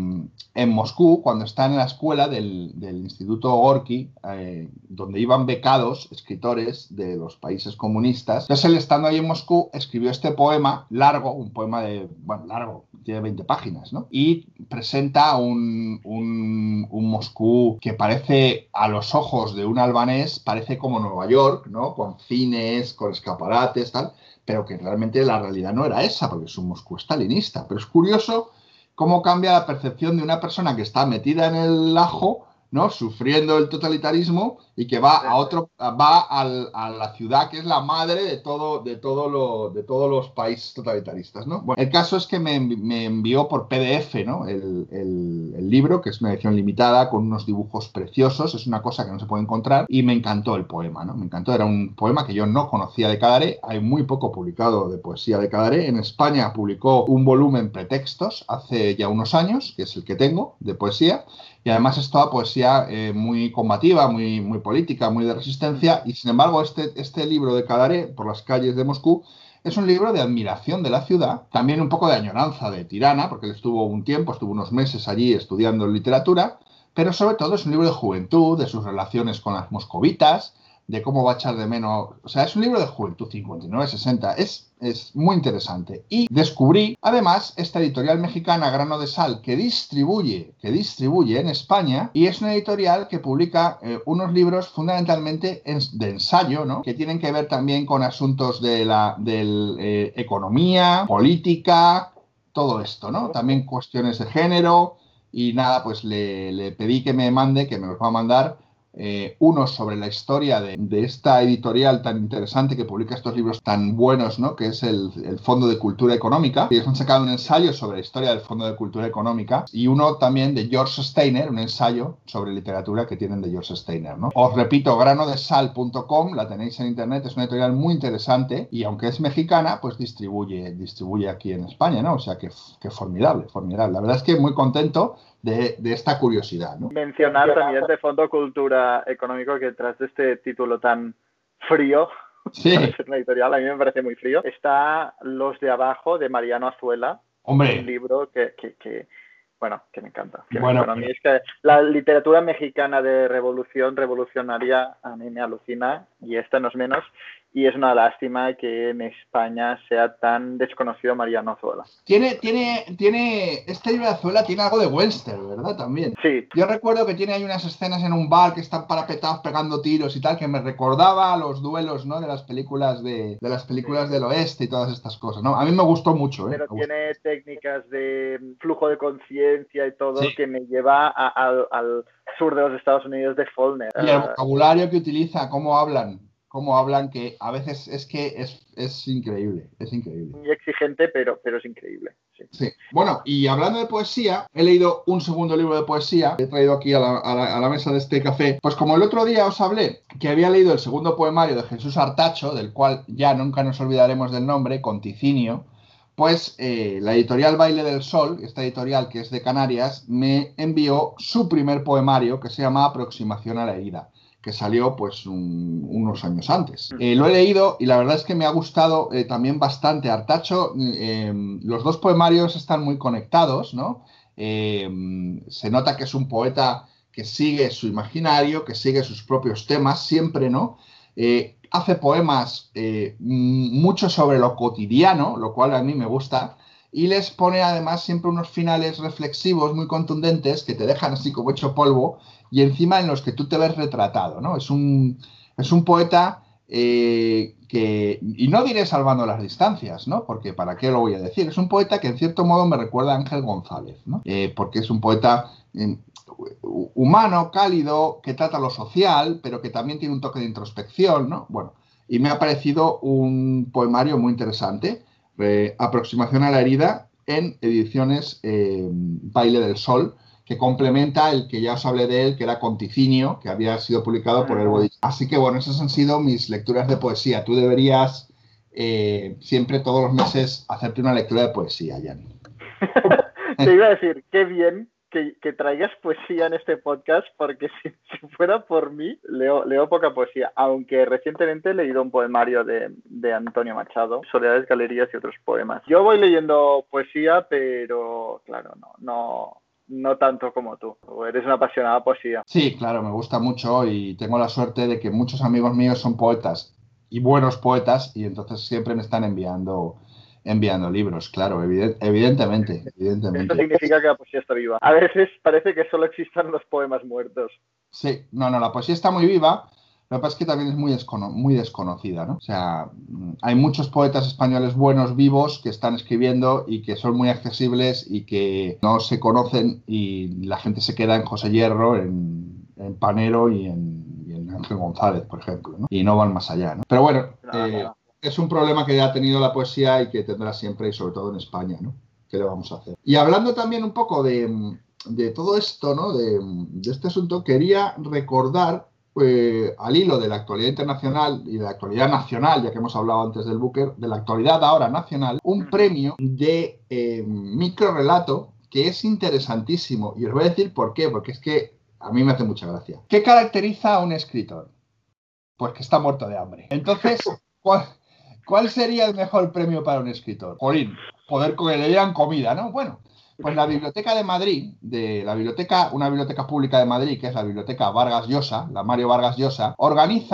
en Moscú, cuando está en la escuela del, del Instituto Gorky, eh, donde iban becados escritores de los países comunistas. Entonces él, estando ahí en Moscú, escribió este poema largo, un poema de, bueno, largo, tiene veinte páginas, ¿no? Y presenta un, un, un Moscú que parece, a los ojos de un albanés, parece como Nueva York, ¿no? Con cines, con escaparates, tal, pero que realmente la realidad no era esa, porque es un Moscú stalinista. Pero es curioso cómo cambia la percepción de una persona que está metida en el ajo, ¿no? Sufriendo el totalitarismo y que va a otro, va al, a la ciudad que es la madre de todo, de todo lo, de todos los países totalitaristas, ¿no? Bueno, el caso es que me, me envió por P D F, ¿no? El, el, el libro, que es una edición limitada con unos dibujos preciosos, es una cosa que no se puede encontrar, y me encantó el poema, ¿no? Me encantó, era un poema que yo no conocía de Cadaré, hay muy poco publicado de poesía de Cadaré. En España publicó un volumen Pretextos hace ya unos años, que es el que tengo de poesía. Y además es toda poesía eh, muy combativa, muy, muy política, muy de resistencia. Y sin embargo, este, este libro de Cadaré, Por las calles de Moscú, es un libro de admiración de la ciudad, también un poco de añoranza de Tirana, porque él estuvo un tiempo, estuvo unos meses allí estudiando literatura, pero sobre todo es un libro de juventud, de sus relaciones con las moscovitas, de cómo va a echar de menos. O sea, es un libro de juventud, cincuenta y nueve sesenta. Es, es muy interesante. Y descubrí, además, esta editorial mexicana, Grano de Sal, que distribuye, que distribuye en España, y es una editorial que publica eh, unos libros fundamentalmente en, de ensayo, ¿no? Que tienen que ver también con asuntos de la del, eh, economía, política, todo esto, ¿no? También cuestiones de género. Y nada, pues le, le pedí que me mande, que me los va a mandar, Eh, uno sobre la historia de, de esta editorial tan interesante que publica estos libros tan buenos, ¿no? Que es el, el Fondo de Cultura Económica. Ellos han sacado un ensayo sobre la historia del Fondo de Cultura Económica y uno también de George Steiner, un ensayo sobre literatura que tienen de George Steiner, ¿no? Os repito, grano de sal punto com, la tenéis en internet, es una editorial muy interesante y aunque es mexicana, pues distribuye, distribuye aquí en España, ¿no? O sea que, que formidable, formidable. La verdad es que muy contento De, de esta curiosidad, ¿no? Mencionar también de Fondo Cultura Económico que tras de este título tan frío, sí. para ser una editorial, a mí me parece muy frío, está Los de Abajo de Mariano Azuela. Hombre. Un libro que, que, que bueno, que me encanta. Que bueno, bueno, a mí es que la literatura mexicana de revolución, revolucionaria, a mí me alucina y esta no es menos. Y es una lástima que en España sea tan desconocido Mariano Azuela. Tiene, tiene, tiene, este libro de Azuela tiene algo de western, ¿verdad? También. Sí. Yo recuerdo que tiene ahí unas escenas en un bar que están parapetados pegando tiros y tal, que me recordaba a los duelos, ¿no? De las películas de, de las películas sí. del oeste y todas estas cosas, ¿no? A mí me gustó mucho, ¿eh? Pero tiene técnicas de flujo de conciencia y todo sí. que me lleva a, a, al sur de los Estados Unidos de Faulkner. Y el vocabulario que utiliza, cómo hablan. Cómo hablan, que a veces es que es, es increíble, es increíble. Muy exigente, pero, pero es increíble. Sí. sí. Bueno, y hablando de poesía, he leído un segundo libro de poesía, he traído aquí a la, a, la, a la mesa de este café. Pues como el otro día os hablé que había leído el segundo poemario de Jesús Artacho, del cual ya nunca nos olvidaremos del nombre, Conticinio, pues eh, la editorial Baile del Sol, esta editorial que es de Canarias, me envió su primer poemario que se llama Aproximación a la herida, que salió pues un, unos años antes. Eh, lo he leído y la verdad es que me ha gustado eh, también bastante. Artacho, eh, los dos poemarios están muy conectados, ¿no? Eh, se nota que es un poeta que sigue su imaginario, que sigue sus propios temas, siempre, ¿no? Eh, hace poemas eh, mucho sobre lo cotidiano, lo cual a mí me gusta, y les pone además siempre unos finales reflexivos muy contundentes que te dejan así como hecho polvo y encima en los que tú te ves retratado, ¿no? Es un, es un poeta eh, que, y no diré salvando las distancias, ¿no? Porque ¿para qué lo voy a decir? Es un poeta que en cierto modo me recuerda a Ángel González, ¿no? Eh, porque es un poeta eh, humano, cálido, que trata lo social, pero que también tiene un toque de introspección, ¿no? Bueno, y me ha parecido un poemario muy interesante. Eh, Aproximación a la herida en ediciones eh, Baile del Sol, que complementa el que ya os hablé de él, que era Conticinio, que había sido publicado por el Body. Así que bueno, esas han sido mis lecturas de poesía. Tú deberías eh, siempre, todos los meses, hacerte una lectura de poesía, Yanni. Te iba a decir, qué bien que, que traigas poesía en este podcast, porque si, si fuera por mí, leo, leo poca poesía, aunque recientemente he leído un poemario de, de Antonio Machado, Soledades, Galerías y otros poemas. Yo voy leyendo poesía, pero claro, no, no, no tanto como tú. Eres una apasionada poesía. Sí, claro, me gusta mucho y tengo la suerte de que muchos amigos míos son poetas y buenos poetas y entonces siempre me están enviando... enviando libros, claro, evident, evidentemente, evidentemente. Esto significa que la poesía está viva. A veces parece que solo existan los poemas muertos. Sí, no, no, la poesía está muy viva, lo que pasa es que también es muy, descono muy desconocida, ¿no? O sea, hay muchos poetas españoles buenos, vivos, que están escribiendo y que son muy accesibles y que no se conocen y la gente se queda en José Hierro, en, en Panero y en, y en Ángel González, por ejemplo, ¿no? Y no van más allá, ¿no? Pero bueno... No, eh, no. Es un problema que ha tenido la poesía y que tendrá siempre, y sobre todo en España, ¿no? ¿Qué le vamos a hacer? Y hablando también un poco de, de todo esto, ¿no? De, de este asunto, quería recordar, eh, al hilo de la actualidad internacional y de la actualidad nacional, ya que hemos hablado antes del Booker, de la actualidad ahora nacional, un premio de eh, microrrelato que es interesantísimo. Y os voy a decir por qué, porque es que a mí me hace mucha gracia. ¿Qué caracteriza a un escritor? Pues que está muerto de hambre. Entonces, ¿cuál...? ¿Cuál sería el mejor premio para un escritor? Jolín, poder que le dieran comida, ¿no? Bueno, pues la Biblioteca de Madrid, de la biblioteca, una biblioteca pública de Madrid, que es la Biblioteca Vargas Llosa, la Mario Vargas Llosa, organiza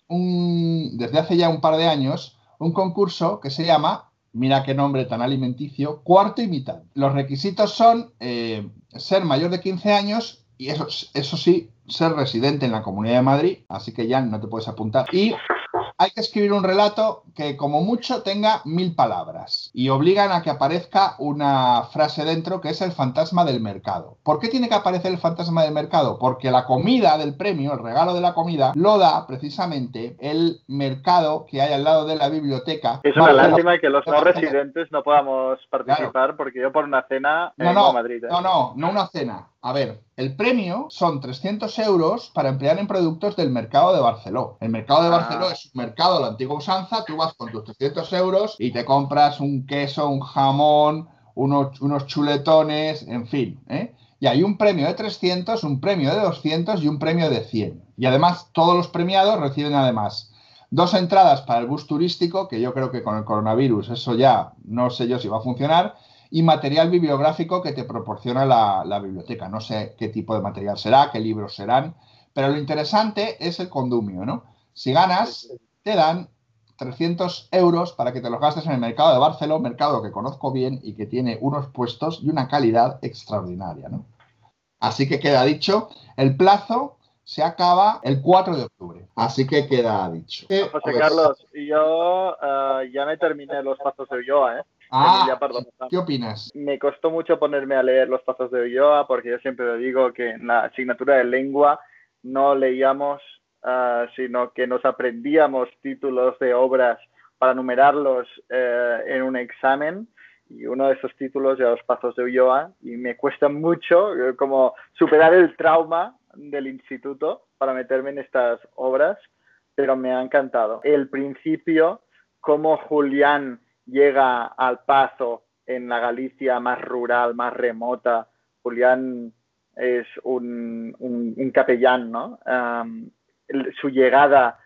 un, desde hace ya un par de años un concurso que se llama, mira qué nombre tan alimenticio, Cuarto y Mitad. Los requisitos son eh, ser mayor de quince años y eso, eso sí, ser residente en la Comunidad de Madrid, así que ya no te puedes apuntar. Y hay que escribir un relato que como mucho tenga mil palabras y obligan a que aparezca una frase dentro que es el fantasma del mercado. ¿Por qué tiene que aparecer el fantasma del mercado? Porque la comida del premio, el regalo de la comida, lo da precisamente el mercado que hay al lado de la biblioteca. Es una lástima que los no residentes no podamos participar, claro, porque yo por una cena no, vengo no, a Madrid. ¿eh? No, no, no una cena. A ver, el premio son trescientos euros para emplear en productos del mercado de Barceló. El mercado de Barceló ah. es un mercado a la antigua usanza. Tú vas con tus trescientos euros y te compras un queso, un jamón, unos, unos chuletones, en fin, ¿eh? Y hay un premio de trescientos, un premio de doscientos y un premio de cien. Y además, todos los premiados reciben además dos entradas para el bus turístico, que yo creo que con el coronavirus eso ya no sé yo si va a funcionar, y material bibliográfico que te proporciona la, la biblioteca. No sé qué tipo de material será, qué libros serán, pero lo interesante es el condumio, ¿no? Si ganas, te dan trescientos euros para que te los gastes en el mercado de Barceló, mercado que conozco bien y que tiene unos puestos y una calidad extraordinaria, ¿no? Así que queda dicho, el plazo se acaba el cuatro de octubre, así que queda dicho. José Carlos, yo uh, ya me terminé los pasos de Ulloa, ¿eh? Ah, ¿qué opinas? Me costó mucho ponerme a leer los pasos de Ulloa porque yo siempre lo digo que en la asignatura de lengua no leíamos, uh, sino que nos aprendíamos títulos de obras para numerarlos uh, en un examen, y uno de esos títulos era los pasos de Ulloa, y me cuesta mucho uh, como superar el trauma del instituto para meterme en estas obras, pero me ha encantado. El principio, cómo Julián llega al Pazo en la Galicia más rural, más remota. Julián es un, un, un capellán, ¿no? Um, el, su llegada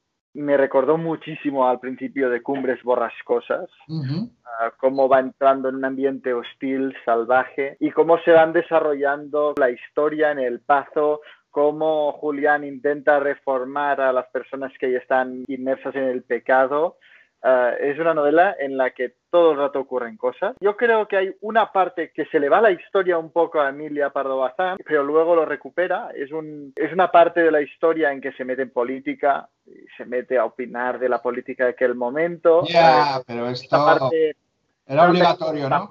me recordó muchísimo al principio de Cumbres Borrascosas, uh-huh. uh, cómo va entrando en un ambiente hostil, salvaje, y cómo se van desarrollando la historia en el Pazo, cómo Julián intenta reformar a las personas que ya están inmersas en el pecado. Uh, es una novela en la que todo el rato ocurren cosas. Yo creo que hay una parte que se le va la historia un poco a Emilia Pardo Bazán, pero luego lo recupera. Es, un, es una parte de la historia en que se mete en política, se mete a opinar de la política de aquel momento. Ya, yeah, uh, pero esto parte, era obligatorio, ¿no?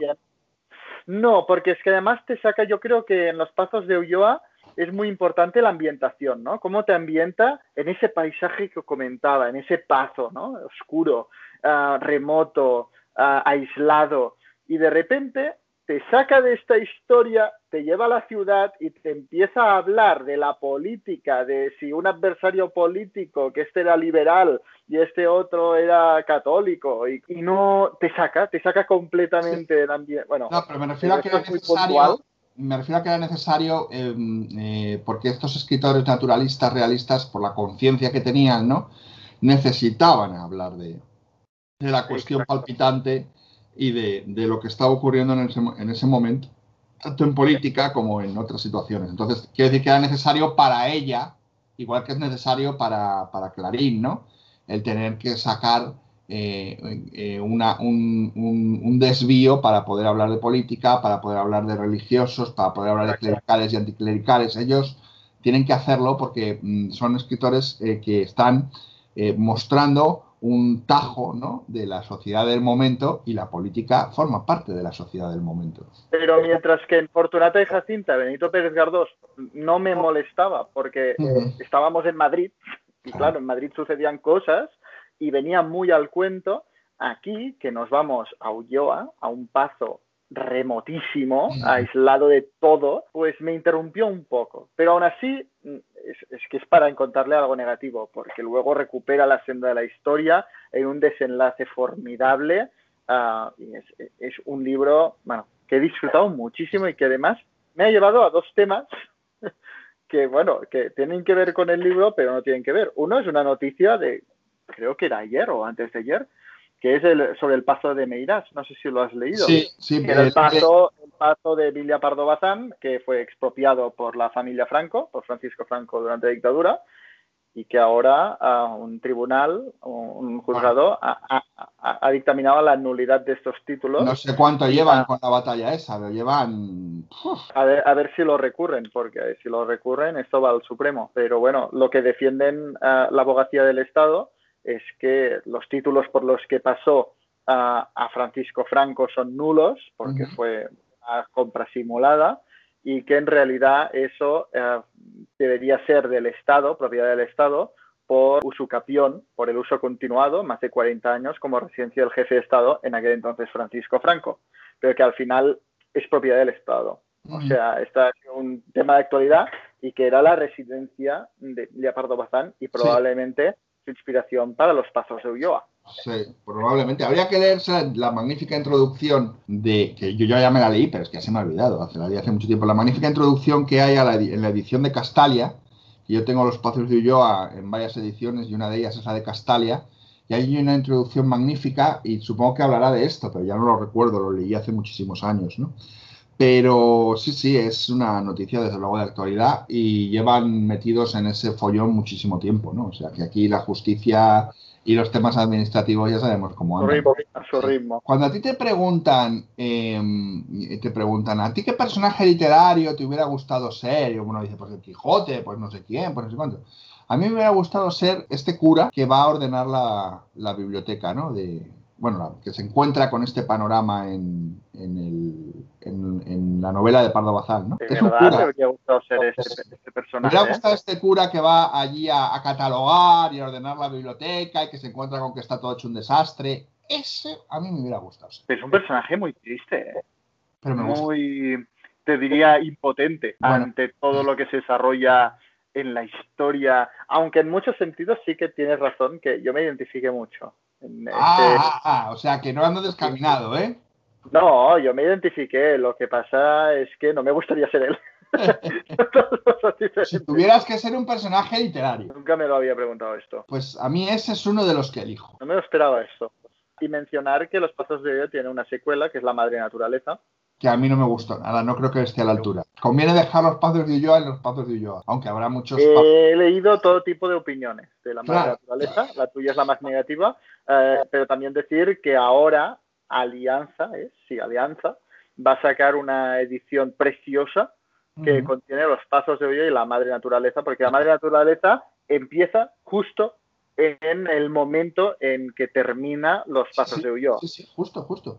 No, porque es que además te saca, yo creo que en los Pasos de Ulloa es muy importante la ambientación, ¿no? Cómo te ambienta en ese paisaje que comentaba, en ese pazo, ¿no? Oscuro, uh, remoto, uh, aislado. Y de repente te saca de esta historia, te lleva a la ciudad y te empieza a hablar de la política, de si un adversario político, que este era liberal y este otro era católico, y, y no te saca, te saca completamente sí. del ambiente. Bueno, no, pero me refiero a que era necesario... Me refiero a que era necesario, eh, eh, porque estos escritores naturalistas, realistas, por la conciencia que tenían, ¿no? Necesitaban hablar de, de la cuestión Exacto. palpitante y de, de lo que estaba ocurriendo en ese, en ese momento, tanto en política como en otras situaciones. Entonces, quiero decir que era necesario para ella, igual que es necesario para, para Clarín, ¿no? El tener que sacar... Eh, eh, una, un, un, un desvío para poder hablar de política, para poder hablar de religiosos, para poder hablar de clericales y anticlericales. Ellos tienen que hacerlo porque mm, son escritores eh, que están eh, mostrando un tajo, ¿no? de la sociedad del momento, y la política forma parte de la sociedad del momento. Pero mientras que en Fortunata y Jacinta, Benito Pérez Gardós no me molestaba porque uh-huh. estábamos en Madrid y claro, en Madrid sucedían cosas y venía muy al cuento. Aquí, que nos vamos a Ulloa, a un pazo remotísimo, mm. aislado de todo, pues me interrumpió un poco. Pero aún así, es, es que es para encontrarle algo negativo, porque luego recupera la senda de la historia en un desenlace formidable. Uh, y es, es un libro, bueno, que he disfrutado muchísimo y que además me ha llevado a dos temas que, bueno, que tienen que ver con el libro, pero no tienen que ver. Uno es una noticia de... creo que era ayer o antes de ayer, que es el, sobre el Pazo de Meirás. No sé si lo has leído. Sí, sí. Era el pazo, el pazo de Emilia Pardo Bazán, que fue expropiado por la familia Franco, por Francisco Franco durante la dictadura, y que ahora uh, un tribunal, un juzgado, ha, ha, ha, dictaminado la nulidad de estos títulos. No sé cuánto llevan a, con la batalla esa, pero llevan... A ver, a ver si lo recurren, porque si lo recurren esto va al Supremo. Pero bueno, lo que defienden uh, la abogacía del Estado es que los títulos por los que pasó uh, a Francisco Franco son nulos, porque uh-huh. fue una compra simulada, y que en realidad eso uh, debería ser del Estado, propiedad del Estado, por usucapión, por el uso continuado, más de cuarenta años, como residencia del jefe de Estado, en aquel entonces Francisco Franco, pero que al final es propiedad del Estado. Uh-huh. O sea, este es un tema de actualidad y que era la residencia de Emilia Pardo Bazán y probablemente sí. su inspiración para los Pasos de Ulloa. Sí, probablemente. Habría que leerse la magnífica introducción de, que yo, yo ya me la leí, pero es que ya se me ha olvidado, hace, la leí hace mucho tiempo, la magnífica introducción que hay a la, en la edición de Castalia, y yo tengo los Pasos de Ulloa en varias ediciones, y una de ellas es la de Castalia, y hay una introducción magnífica, y supongo que hablará de esto, pero ya no lo recuerdo, lo leí hace muchísimos años, ¿no? Pero sí, sí, es una noticia desde luego de actualidad, y llevan metidos en ese follón muchísimo tiempo, ¿no? O sea, que aquí la justicia... Y los temas administrativos ya sabemos cómo andan. A su ritmo. Cuando a ti te preguntan, eh, te preguntan, ¿a ti qué personaje literario te hubiera gustado ser? Y uno dice, pues el Quijote, pues no sé quién, pues no sé cuánto. A mí me hubiera gustado ser este cura que va a ordenar la, la biblioteca, ¿no? De, bueno, la, que se encuentra con este panorama en, en, el, en, en la novela de Pardo Bazán, ¿no? De es verdad, un cura. Me habría gustado ser este, este personaje. Me hubiera gustado este cura que va allí a, a catalogar y a ordenar la biblioteca y que se encuentra con que está todo hecho un desastre. Ese a mí me hubiera gustado ser. Es un personaje muy triste, ¿eh? Pero me muy, gusta. Te diría, impotente bueno. ante todo lo que se desarrolla en la historia, aunque en muchos sentidos sí que tienes razón, que yo me identifique mucho. En ah, este... ah, ah, o sea, que no ando descaminado, ¿eh? No, yo me identifiqué, lo que pasa es que no me gustaría ser él. Si tuvieras que ser un personaje literario. Nunca me lo había preguntado esto. Pues a mí ese es uno de los que elijo. No me lo esperaba esto. Y mencionar que Los Pasos de Ulloa tiene una secuela, que es La Madre Naturaleza. Que a mí no me gustó nada, no creo que esté a la altura. Conviene dejar Los Pasos de Ulloa en Los Pasos de Ulloa, aunque habrá muchos... He leído todo tipo de opiniones de La Madre claro. Naturaleza, la tuya es la más negativa, eh, pero también decir que ahora Alianza, ¿eh? sí, Alianza, va a sacar una edición preciosa que uh-huh. contiene Los Pasos de Ulloa y La Madre Naturaleza, porque La Madre Naturaleza empieza justo en el momento en que termina Los Pasos sí, de Ulloa. Sí, sí, justo, justo.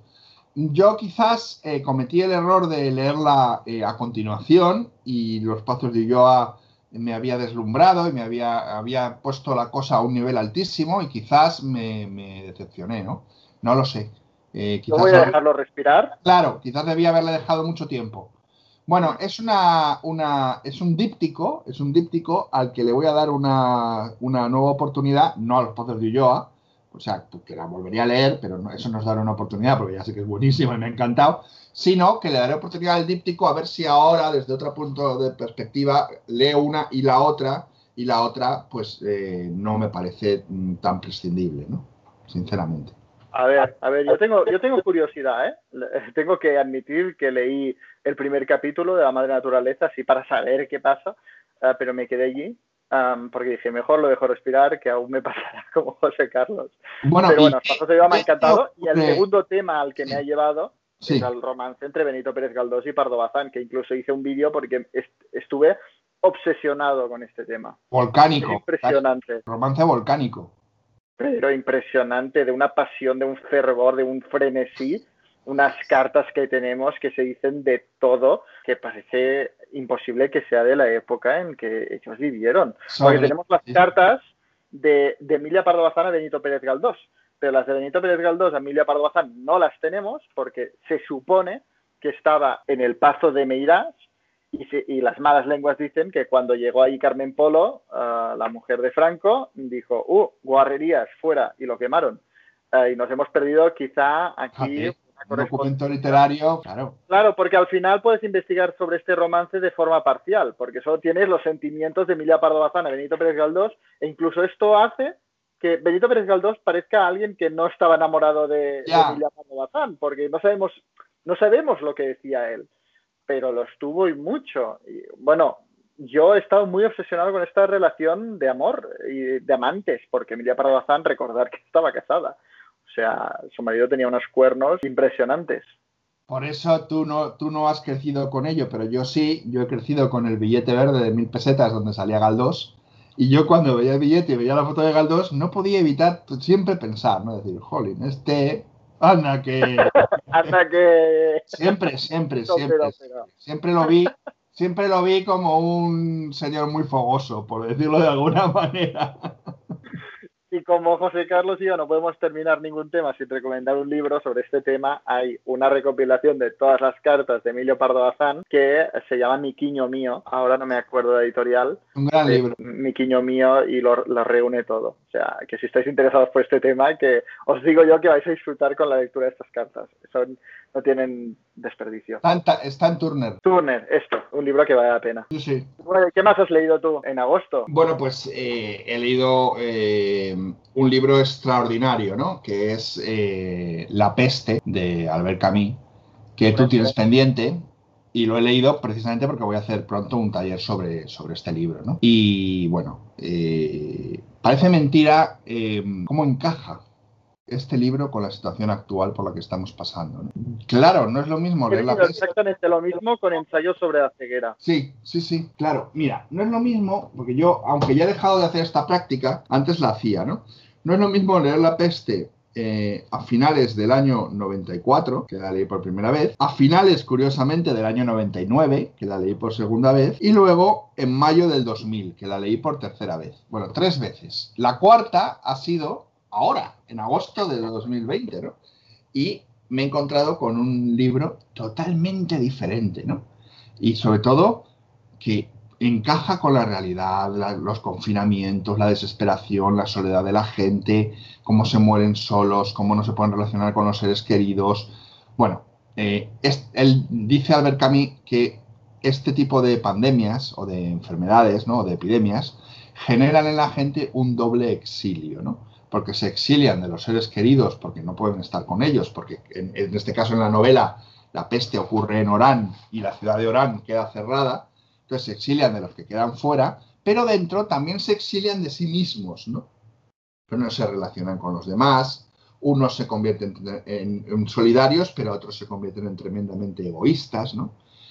Yo quizás eh, cometí el error de leerla eh, a continuación y Los Pasos de Ulloa me había deslumbrado y me había, había puesto la cosa a un nivel altísimo y quizás me, me decepcioné, ¿no? No lo sé. Eh, quizás no voy a dejarlo respirar. Claro, quizás debía haberle dejado mucho tiempo. Bueno, es una, una es un díptico, es un díptico al que le voy a dar una, una nueva oportunidad, no a Los Pasos de Ulloa, o sea, que la volvería a leer, pero no, eso no es dar una oportunidad, porque ya sé que es buenísimo y me ha encantado, sino que le daré oportunidad al díptico a ver si ahora, desde otro punto de perspectiva, leo una y la otra, y la otra, pues, eh, no me parece mm, tan prescindible, ¿no? Sinceramente. A ver, a ver, yo tengo, yo tengo curiosidad, ¿eh? Tengo que admitir que leí el primer capítulo de La Madre Naturaleza, así para saber qué pasa, uh, pero me quedé allí, um, porque dije, mejor lo dejo respirar, que aún me pasará como José Carlos. Bueno, pero bueno, Los Pasos de Ulloa me ha encantado, y el segundo tema al que me ha llevado sí. es el romance entre Benito Pérez Galdós y Pardo Bazán, que incluso hice un vídeo porque est estuve obsesionado con este tema. Volcánico. Es impresionante. Romance volcánico. Pero impresionante, de una pasión, de un fervor, de un frenesí, unas cartas que tenemos que se dicen de todo, que parece imposible que sea de la época en que ellos vivieron. Sobre... Porque tenemos las cartas de, de Emilia Pardo Bazán a Benito Pérez Galdós, pero las de Benito Pérez Galdós a Emilia Pardo Bazán no las tenemos porque se supone que estaba en el Pazo de Meirás. Y, se, y las malas lenguas dicen que cuando llegó ahí Carmen Polo, uh, la mujer de Franco, dijo, uh, guarrerías, fuera, y lo quemaron. Uh, y nos hemos perdido quizá aquí... Ah, un documento literario, claro. Claro, porque al final puedes investigar sobre este romance de forma parcial, porque solo tienes los sentimientos de Emilia Pardo Bazán a Benito Pérez Galdós, e incluso esto hace que Benito Pérez Galdós parezca alguien que no estaba enamorado de, de Emilia Pardo Bazán, porque no sabemos, no sabemos lo que decía él. Pero lo estuvo y mucho. Y, bueno, yo he estado muy obsesionado con esta relación de amor y de amantes, porque Emilia Pardo Bazán, recordar que estaba casada. O sea, su marido tenía unos cuernos impresionantes. Por eso tú no, tú no has crecido con ello, pero yo sí, yo he crecido con el billete verde de mil pesetas donde salía Galdós, y yo cuando veía el billete y veía la foto de Galdós, no podía evitar siempre pensar, ¿no? Decir, jolín, este, anda que... anda que... Siempre, siempre, No, siempre, pero, pero. siempre lo vi, siempre lo vi como un señor muy fogoso, por decirlo de alguna manera. Y como José Carlos y yo no podemos terminar ningún tema sin recomendar un libro sobre este tema, hay una recopilación de todas las cartas de Emilio Pardo Bazán que se llama Miquiño Mío, ahora no me acuerdo de la editorial. Un gran libro. Miquiño Mío, y lo, lo reúne todo. O sea, que si estáis interesados por este tema, que os digo yo que vais a disfrutar con la lectura de estas cartas. Son, no tienen desperdicio. Está, está en Turner. Turner, esto, un libro que vale la pena. Sí, sí. Bueno, ¿qué más has leído tú en agosto? Bueno, pues eh, he leído eh, un libro extraordinario, ¿no? Que es eh, La peste, de Albert Camus, que tú tienes pendiente, y lo he leído precisamente porque voy a hacer pronto un taller sobre, sobre este libro, ¿no? Y bueno, eh, parece mentira eh, cómo encaja este libro con la situación actual por la que estamos pasando, ¿no? Claro, no es lo mismo leer La peste. Exactamente lo mismo con Ensayos sobre la ceguera. Sí, sí, sí, claro. Mira, no es lo mismo, porque yo, aunque ya he dejado de hacer esta práctica, antes la hacía, ¿no? No es lo mismo leer La peste eh, a finales del año noventa y cuatro, que la leí por primera vez, a finales, curiosamente, del año noventa y nueve, que la leí por segunda vez, y luego en mayo del dos mil, que la leí por tercera vez. Bueno, tres veces. La cuarta ha sido ahora, en agosto de dos mil veinte, ¿no? Y me he encontrado con un libro totalmente diferente, ¿no? Y sobre todo que encaja con la realidad, la, los confinamientos, la desesperación, la soledad de la gente, cómo se mueren solos, cómo no se pueden relacionar con los seres queridos. Bueno, eh, es, él dice, Albert Camus, que este tipo de pandemias o de enfermedades, ¿no? O de epidemias generan en la gente un doble exilio, ¿no? Porque se exilian de los seres queridos porque no pueden estar con ellos, porque en, en este caso en la novela la peste ocurre en Orán y la ciudad de Orán queda cerrada, entonces se exilian de los que quedan fuera, pero dentro también se exilian de sí mismos, ¿no? Pero no se relacionan con los demás, unos se convierten en, en, en solidarios, pero otros se convierten en tremendamente egoístas, ¿no?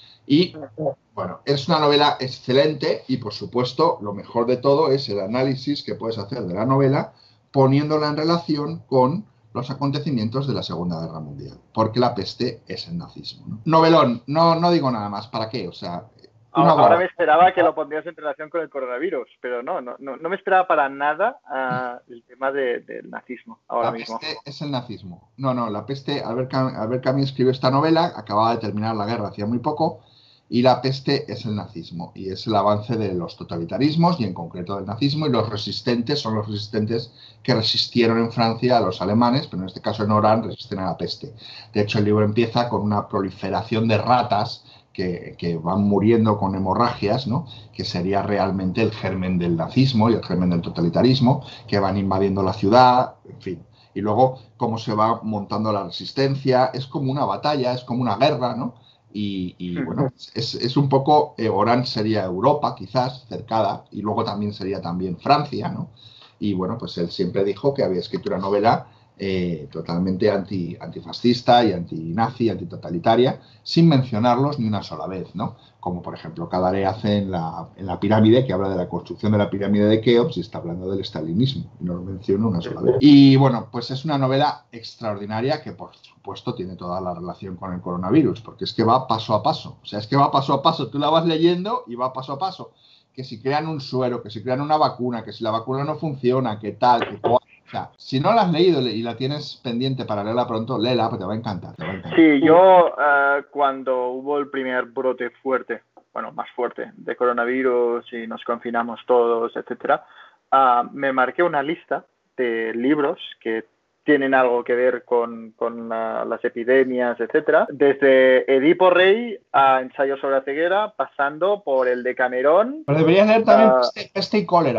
Y, bueno, es una novela excelente y, por supuesto, lo mejor de todo es el análisis que puedes hacer de la novela poniéndola en relación con los acontecimientos de la Segunda Guerra Mundial, porque la peste es el nazismo, ¿no? Novelón, no, no digo nada más, ¿para qué? O sea, una ahora, ahora me guarda. esperaba que lo pondrías en relación con el coronavirus, pero no, no, no, no me esperaba para nada uh, el tema de, del nazismo ahora la mismo. La peste es el nazismo. No, no, la peste, Albert Camus, Albert Camus escribió esta novela, acababa de terminar la guerra hacía muy poco, y la peste es el nazismo, y es el avance de los totalitarismos, y en concreto del nazismo, y los resistentes son los resistentes que resistieron en Francia a los alemanes, pero en este caso en Orán resisten a la peste. De hecho, el libro empieza con una proliferación de ratas que, que van muriendo con hemorragias, ¿no? Que sería realmente el germen del nazismo y el germen del totalitarismo, que van invadiendo la ciudad, en fin. Y luego cómo se va montando la resistencia, es como una batalla, es como una guerra, ¿no? Y, y bueno, es, es un poco, eh, Orán sería Europa, quizás, cercada, y luego también sería también Francia, ¿no? Y bueno, pues él siempre dijo que había escrito una novela eh, totalmente anti, antifascista y antinazi, antitotalitaria, sin mencionarlos ni una sola vez, ¿no? Como por ejemplo Cadaré hace en la, en la pirámide, que habla de la construcción de la pirámide de Keops y está hablando del estalinismo, y no lo menciono una sola vez. Y bueno, pues es una novela extraordinaria que por supuesto tiene toda la relación con el coronavirus, porque es que va paso a paso, o sea, es que va paso a paso, tú la vas leyendo y va paso a paso, que si crean un suero, que si crean una vacuna, que si la vacuna no funciona, que tal, que cual. O sea, si no la has leído y la tienes pendiente para leerla pronto, léela, porque te va a encantar. Te va a encantar. Sí, yo uh, cuando hubo el primer brote fuerte, bueno, más fuerte, de coronavirus y nos confinamos todos, etcétera, uh, me marqué una lista de libros que tienen algo que ver con, con uh, las epidemias, etcétera, desde Edipo Rey a Ensayo sobre la ceguera, pasando por el de Camerón. Pero deberías leer también uh, peste, peste y cólera.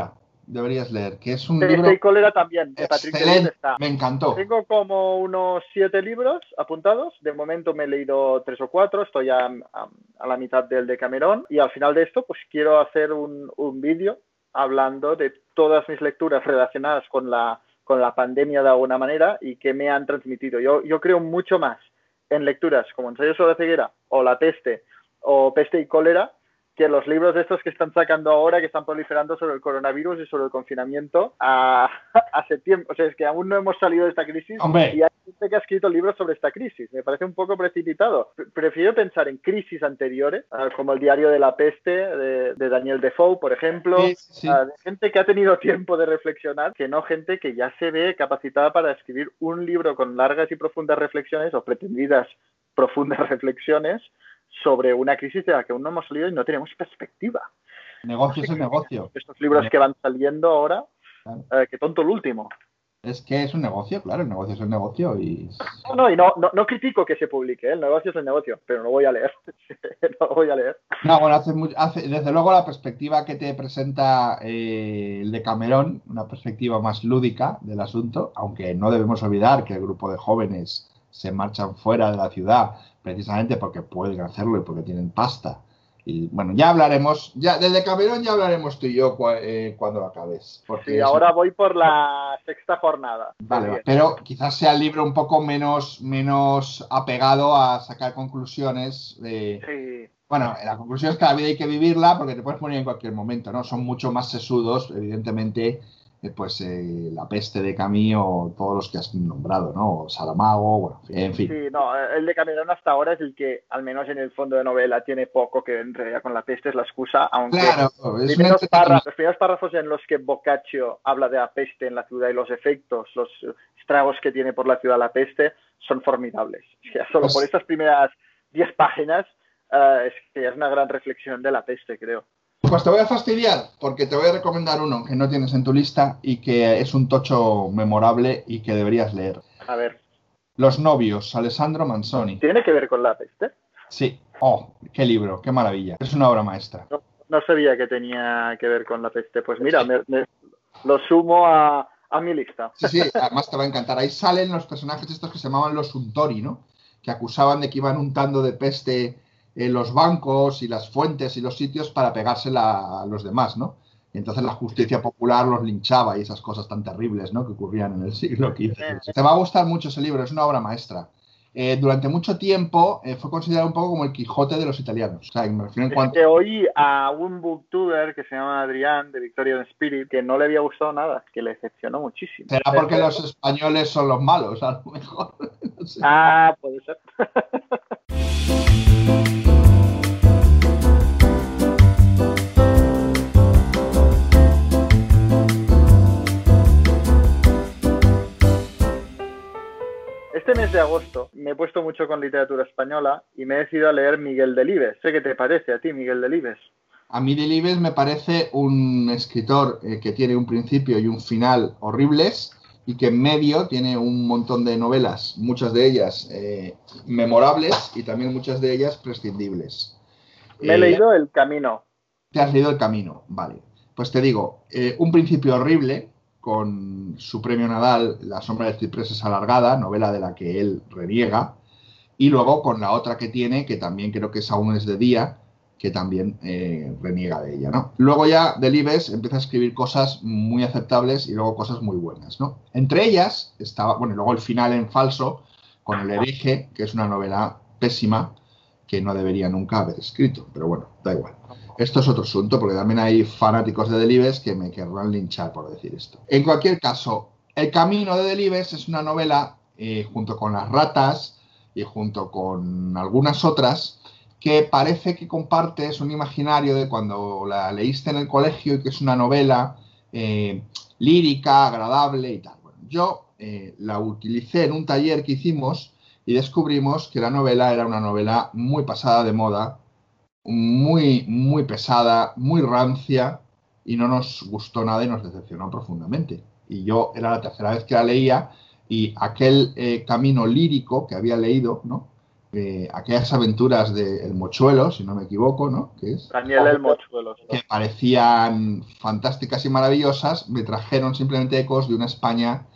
deberías leer, que es un Peste libro y cólera también, de Patrick Delis excelente, está. me encantó. Tengo como unos siete libros apuntados. De momento me he leído tres o cuatro. Estoy a, a, a la mitad del de Cameron. Y al final de esto, pues quiero hacer un, un vídeo hablando de todas mis lecturas relacionadas con la, con la pandemia de alguna manera y que me han transmitido. Yo, yo creo mucho más en lecturas como Ensayo sobre la ceguera o La peste o Peste y cólera que los libros de estos que están sacando ahora, que están proliferando sobre el coronavirus y sobre el confinamiento a, a septiembre. O sea, es que aún no hemos salido de esta crisis. Hombre. Y hay gente que ha escrito libros sobre esta crisis. Me parece un poco precipitado. Prefiero pensar en crisis anteriores, uh, como El diario de la peste, de, de Daniel Defoe, por ejemplo, Sí, sí. Uh, de gente que ha tenido tiempo de reflexionar, que no gente que ya se ve capacitada para escribir un libro con largas y profundas reflexiones, o pretendidas profundas reflexiones, sobre una crisis de la que aún no hemos salido y no tenemos perspectiva. Negocio es el negocio. Estos libros que van saliendo ahora, Claro. eh, que tonto el último. Es que es un negocio, claro, el negocio es el negocio y... No, no, y no, no, no critico que se publique, ¿eh? El negocio es el negocio, pero no voy a leer. no voy a leer. No, bueno, hace, muy- hace- desde luego la perspectiva que te presenta eh, el de Cameron, una perspectiva más lúdica del asunto, aunque no debemos olvidar que el grupo de jóvenes se marchan fuera de la ciudad precisamente porque pueden hacerlo y porque tienen pasta. Y bueno, ya hablaremos, ya desde Cameron ya hablaremos tú y yo cua- eh, cuando lo acabes. Porque Sí, es- ahora voy por la sexta jornada. Vale, Muy vale. bien. Pero quizás sea el libro un poco menos, menos apegado a sacar conclusiones. De... Sí. Bueno, la conclusión es que la vida hay que vivirla porque te puedes morir en cualquier momento, ¿no? Son mucho más sesudos, evidentemente, eh, pues eh, La peste de Camus o todos los que has nombrado, ¿no? O Saramago, bueno, en fin. Sí, no, el de Cameron hasta ahora es el que, al menos en el fondo de novela, tiene poco que en realidad con La peste es la excusa, aunque Claro, los es un primeros, entretenimiento. párrafos, los primeros párrafos en los que Boccaccio habla de la peste en la ciudad y los efectos, los estragos que tiene por la ciudad la peste, son formidables. O sea, solo Pues- por estas primeras diez páginas eh, es que es una gran reflexión de la peste, creo. Pues te voy a fastidiar porque te voy a recomendar uno que no tienes en tu lista y que es un tocho memorable y que deberías leer. A ver, Los novios, Alessandro Manzoni. ¿tiene que ver con la peste? Sí. Oh, qué libro, qué maravilla. Es una obra maestra. No, no sabía que tenía que ver con la peste. Pues mira, me, me- lo sumo a, a mi lista. Sí, sí, además te va a encantar. Ahí salen los personajes estos que se llamaban los Untori, ¿no? Que acusaban de que iban untando de peste eh, los bancos y las fuentes y los sitios para pegársela a los demás, ¿no? Y entonces la justicia popular los linchaba y esas cosas tan terribles, ¿no? Que ocurrían en el siglo quince. Te va a gustar mucho ese libro, es una obra maestra. Eh, durante mucho tiempo eh, fue considerado un poco como el Quijote de los italianos. O sea, me refiero en Es cuanto... que oí a un booktuber que se llama Adrián, de Victorian Spirit, que no le había gustado nada, que le decepcionó muchísimo. Será porque los españoles son los malos, a lo mejor. No sé. Ah, puede ser. Este mes de agosto me he puesto mucho con literatura española y me he decidido a leer Miguel Delibes. Sé qué te parece a ti, Miguel Delibes. A mí Delibes me parece un escritor eh, que tiene un principio y un final horribles y que en medio tiene un montón de novelas, muchas de ellas eh, memorables y también muchas de ellas prescindibles. Me he Eh, leído El Camino. Te has leído El Camino, vale. Pues te digo, eh, un principio horrible con su premio Nadal, La sombra de cipreses alargada, novela de la que él reniega, y luego con la otra que tiene, que también creo que es Aún es de día, que también eh, reniega de ella, ¿no? Luego ya Delibes empieza a escribir cosas muy aceptables y luego cosas muy buenas, ¿no? Entre ellas estaba, bueno, y luego el final en falso, con El hereje, que es una novela pésima, que no debería nunca haber escrito, pero bueno, da igual. Esto es otro asunto, porque también hay fanáticos de Delibes que me querrán linchar por decir esto. En cualquier caso, El camino de Delibes es una novela, eh, junto con Las ratas y junto con algunas otras, que parece que compartes un imaginario de cuando la leíste en el colegio y que es una novela eh, lírica, agradable y tal. Bueno, yo eh, la utilicé en un taller que hicimos y descubrimos que la novela era una novela muy pasada de moda, muy, muy pesada, muy rancia, y no nos gustó nada y nos decepcionó profundamente. Y yo era la tercera vez que la leía y aquel eh, camino lírico que había leído, ¿no? eh, aquellas aventuras de El Mochuelo, si no me equivoco, ¿no? Que es, Daniel el Mochuelo. que parecían fantásticas y maravillosas, me trajeron simplemente ecos de una España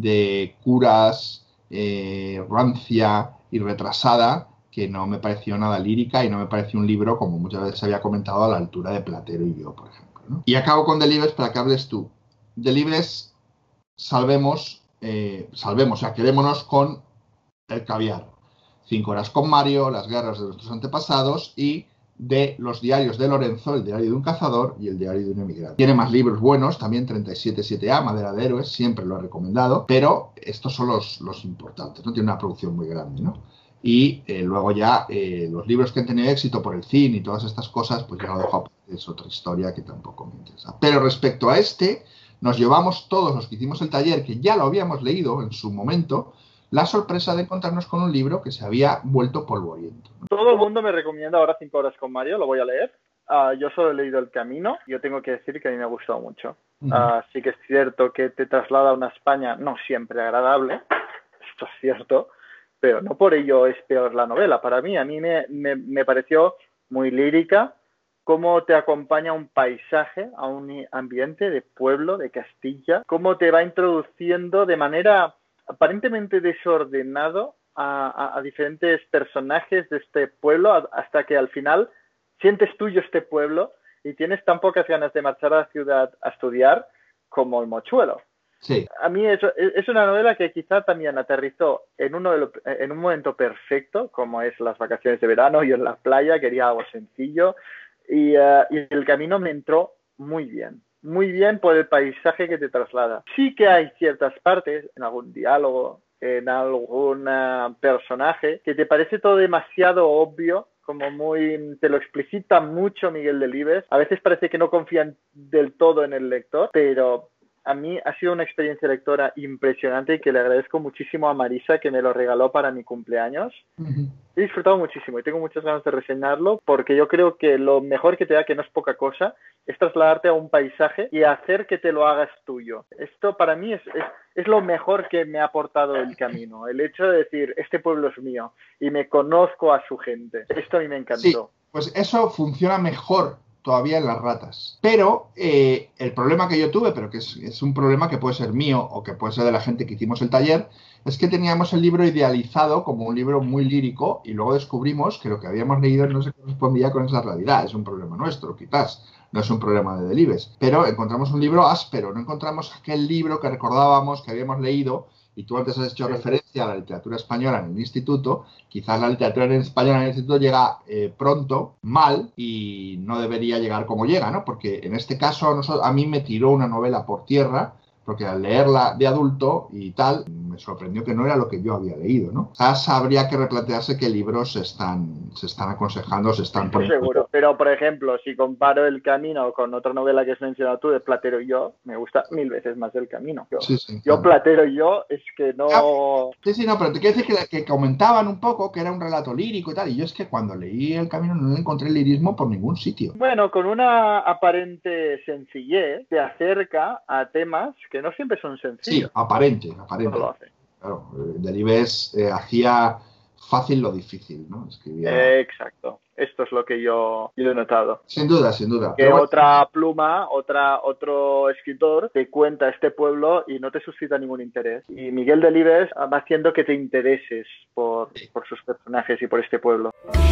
de curas, eh, rancia y retrasada, que no me pareció nada lírica y no me pareció un libro, como muchas veces había comentado, a la altura de Platero y yo, por ejemplo, ¿no? Y acabo con Delibes para que hables tú. Delibes, salvemos, eh, salvemos, o sea, quedémonos con el caviar. Cinco horas con Mario, las guerras de nuestros antepasados y de los diarios de Lorenzo, el diario de un cazador y el diario de un emigrante. Tiene más libros buenos, también treinta y siete siete A, Madera de Héroes, siempre lo he recomendado, pero estos son los, los importantes, ¿no? Tiene una producción muy grande, ¿no? Y eh, luego ya eh, los libros que han tenido éxito por el cine y todas estas cosas, pues ya lo dejo aparte, es otra historia que tampoco me interesa. Pero respecto a este, nos llevamos todos los que hicimos el taller, que ya lo habíamos leído en su momento, la sorpresa de encontrarnos con un libro que se había vuelto polvoriento, ¿no? Todo el mundo me recomienda ahora Cinco horas con Mario, lo voy a leer. Uh, yo solo he leído El Camino, yo tengo que decir que a mí me ha gustado mucho. Uh, uh, sí que es cierto que te traslada a una España no siempre agradable, esto es cierto, pero no por ello es peor la novela. Para mí, a mí me, me, me pareció muy lírica cómo te acompaña un paisaje a un ambiente de pueblo, de Castilla, cómo te va introduciendo de manera aparentemente desordenado a, a, a diferentes personajes de este pueblo hasta que al final sientes tuyo este pueblo y tienes tan pocas ganas de marchar a la ciudad a estudiar como El Mochuelo. Sí. A mí es, es una novela que quizá también aterrizó en, uno de lo, en un momento perfecto, como es las vacaciones de verano, yo en la playa quería algo sencillo, y, uh, y El Camino me entró muy bien, muy bien por el paisaje que te traslada. Sí que hay ciertas partes, en algún diálogo, en algún uh, personaje, que te parece todo demasiado obvio, como muy, te lo explicita mucho Miguel Delibes, a veces parece que no confían del todo en el lector, pero a mí ha sido una experiencia lectora impresionante y que le agradezco muchísimo a Marisa que me lo regaló para mi cumpleaños. Uh-huh. He disfrutado muchísimo y tengo muchas ganas de reseñarlo porque yo creo que lo mejor que te da, que no es poca cosa, es trasladarte a un paisaje y hacer que te lo hagas tuyo. Esto para mí es, es, es lo mejor que me ha aportado El Camino. El hecho de decir, este pueblo es mío y me conozco a su gente. Esto a mí me encantó. Sí, pues eso funciona mejor todavía en Las ratas. Pero eh, el problema que yo tuve, pero que es, es un problema que puede ser mío o que puede ser de la gente que hicimos el taller, es que teníamos el libro idealizado como un libro muy lírico y luego descubrimos que lo que habíamos leído no se correspondía con esa realidad. Es un problema nuestro, quizás. No es un problema de Delibes. Pero encontramos un libro áspero, no encontramos aquel libro que recordábamos, que habíamos leído. Y tú antes has hecho referencia a la literatura española en el instituto. Quizás la literatura en española en el instituto llega eh, pronto, mal, y no debería llegar como llega, ¿no? Porque en este caso a, nosotros, a mí me tiró una novela por tierra, porque al leerla de adulto y tal, me sorprendió que no era lo que yo había leído, ¿no? Quizás habría que replantearse qué libros se están, se están aconsejando, se están poniendo. Seguro, pero por ejemplo, si comparo El Camino con otra novela que has mencionado tú, de Platero y yo, me gusta mil veces más El Camino. Yo, sí, sí, yo claro. Platero y yo, es que no... Ah, sí, sí, no, pero te quiero decir que, que comentaban un poco que era un relato lírico y tal, y yo es que cuando leí El Camino no encontré lirismo por ningún sitio. Bueno, con una aparente sencillez te acerca a temas que no siempre son sencillos. Sí, aparente, aparente. No lo hace. Claro, Delibes eh, hacía fácil lo difícil, ¿no? Escribía... Eh, exacto. Esto es lo que yo, yo he notado. Sin duda, sin duda. Que Pero... otra pluma, otra, otro escritor te cuenta este pueblo y no te suscita ningún interés. Y Miguel Delibes va haciendo que te intereses por, sí. por sus personajes y por este pueblo.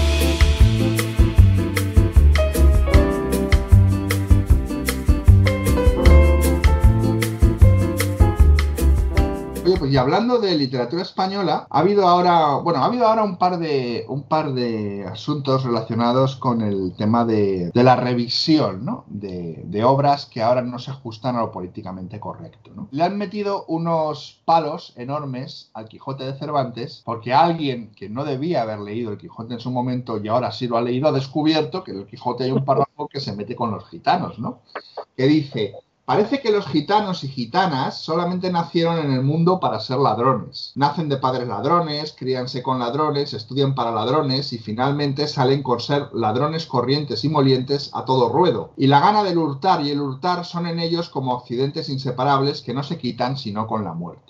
Oye, pues y hablando de literatura española, ha habido ahora, bueno, ha habido ahora un par de un par de asuntos relacionados con el tema de, de la revisión, ¿no? De, de obras que ahora no se ajustan a lo políticamente correcto, ¿no? Le han metido unos palos enormes al Quijote de Cervantes porque alguien que no debía haber leído el Quijote en su momento y ahora sí lo ha leído ha descubierto que en el Quijote hay un párrafo que se mete con los gitanos, ¿no? Que dice: parece que los gitanos y gitanas solamente nacieron en el mundo para ser ladrones. Nacen de padres ladrones, críanse con ladrones, estudian para ladrones y finalmente salen con ser ladrones corrientes y molientes a todo ruedo. Y la gana del hurtar y el hurtar son en ellos como accidentes inseparables que no se quitan sino con la muerte. Claro,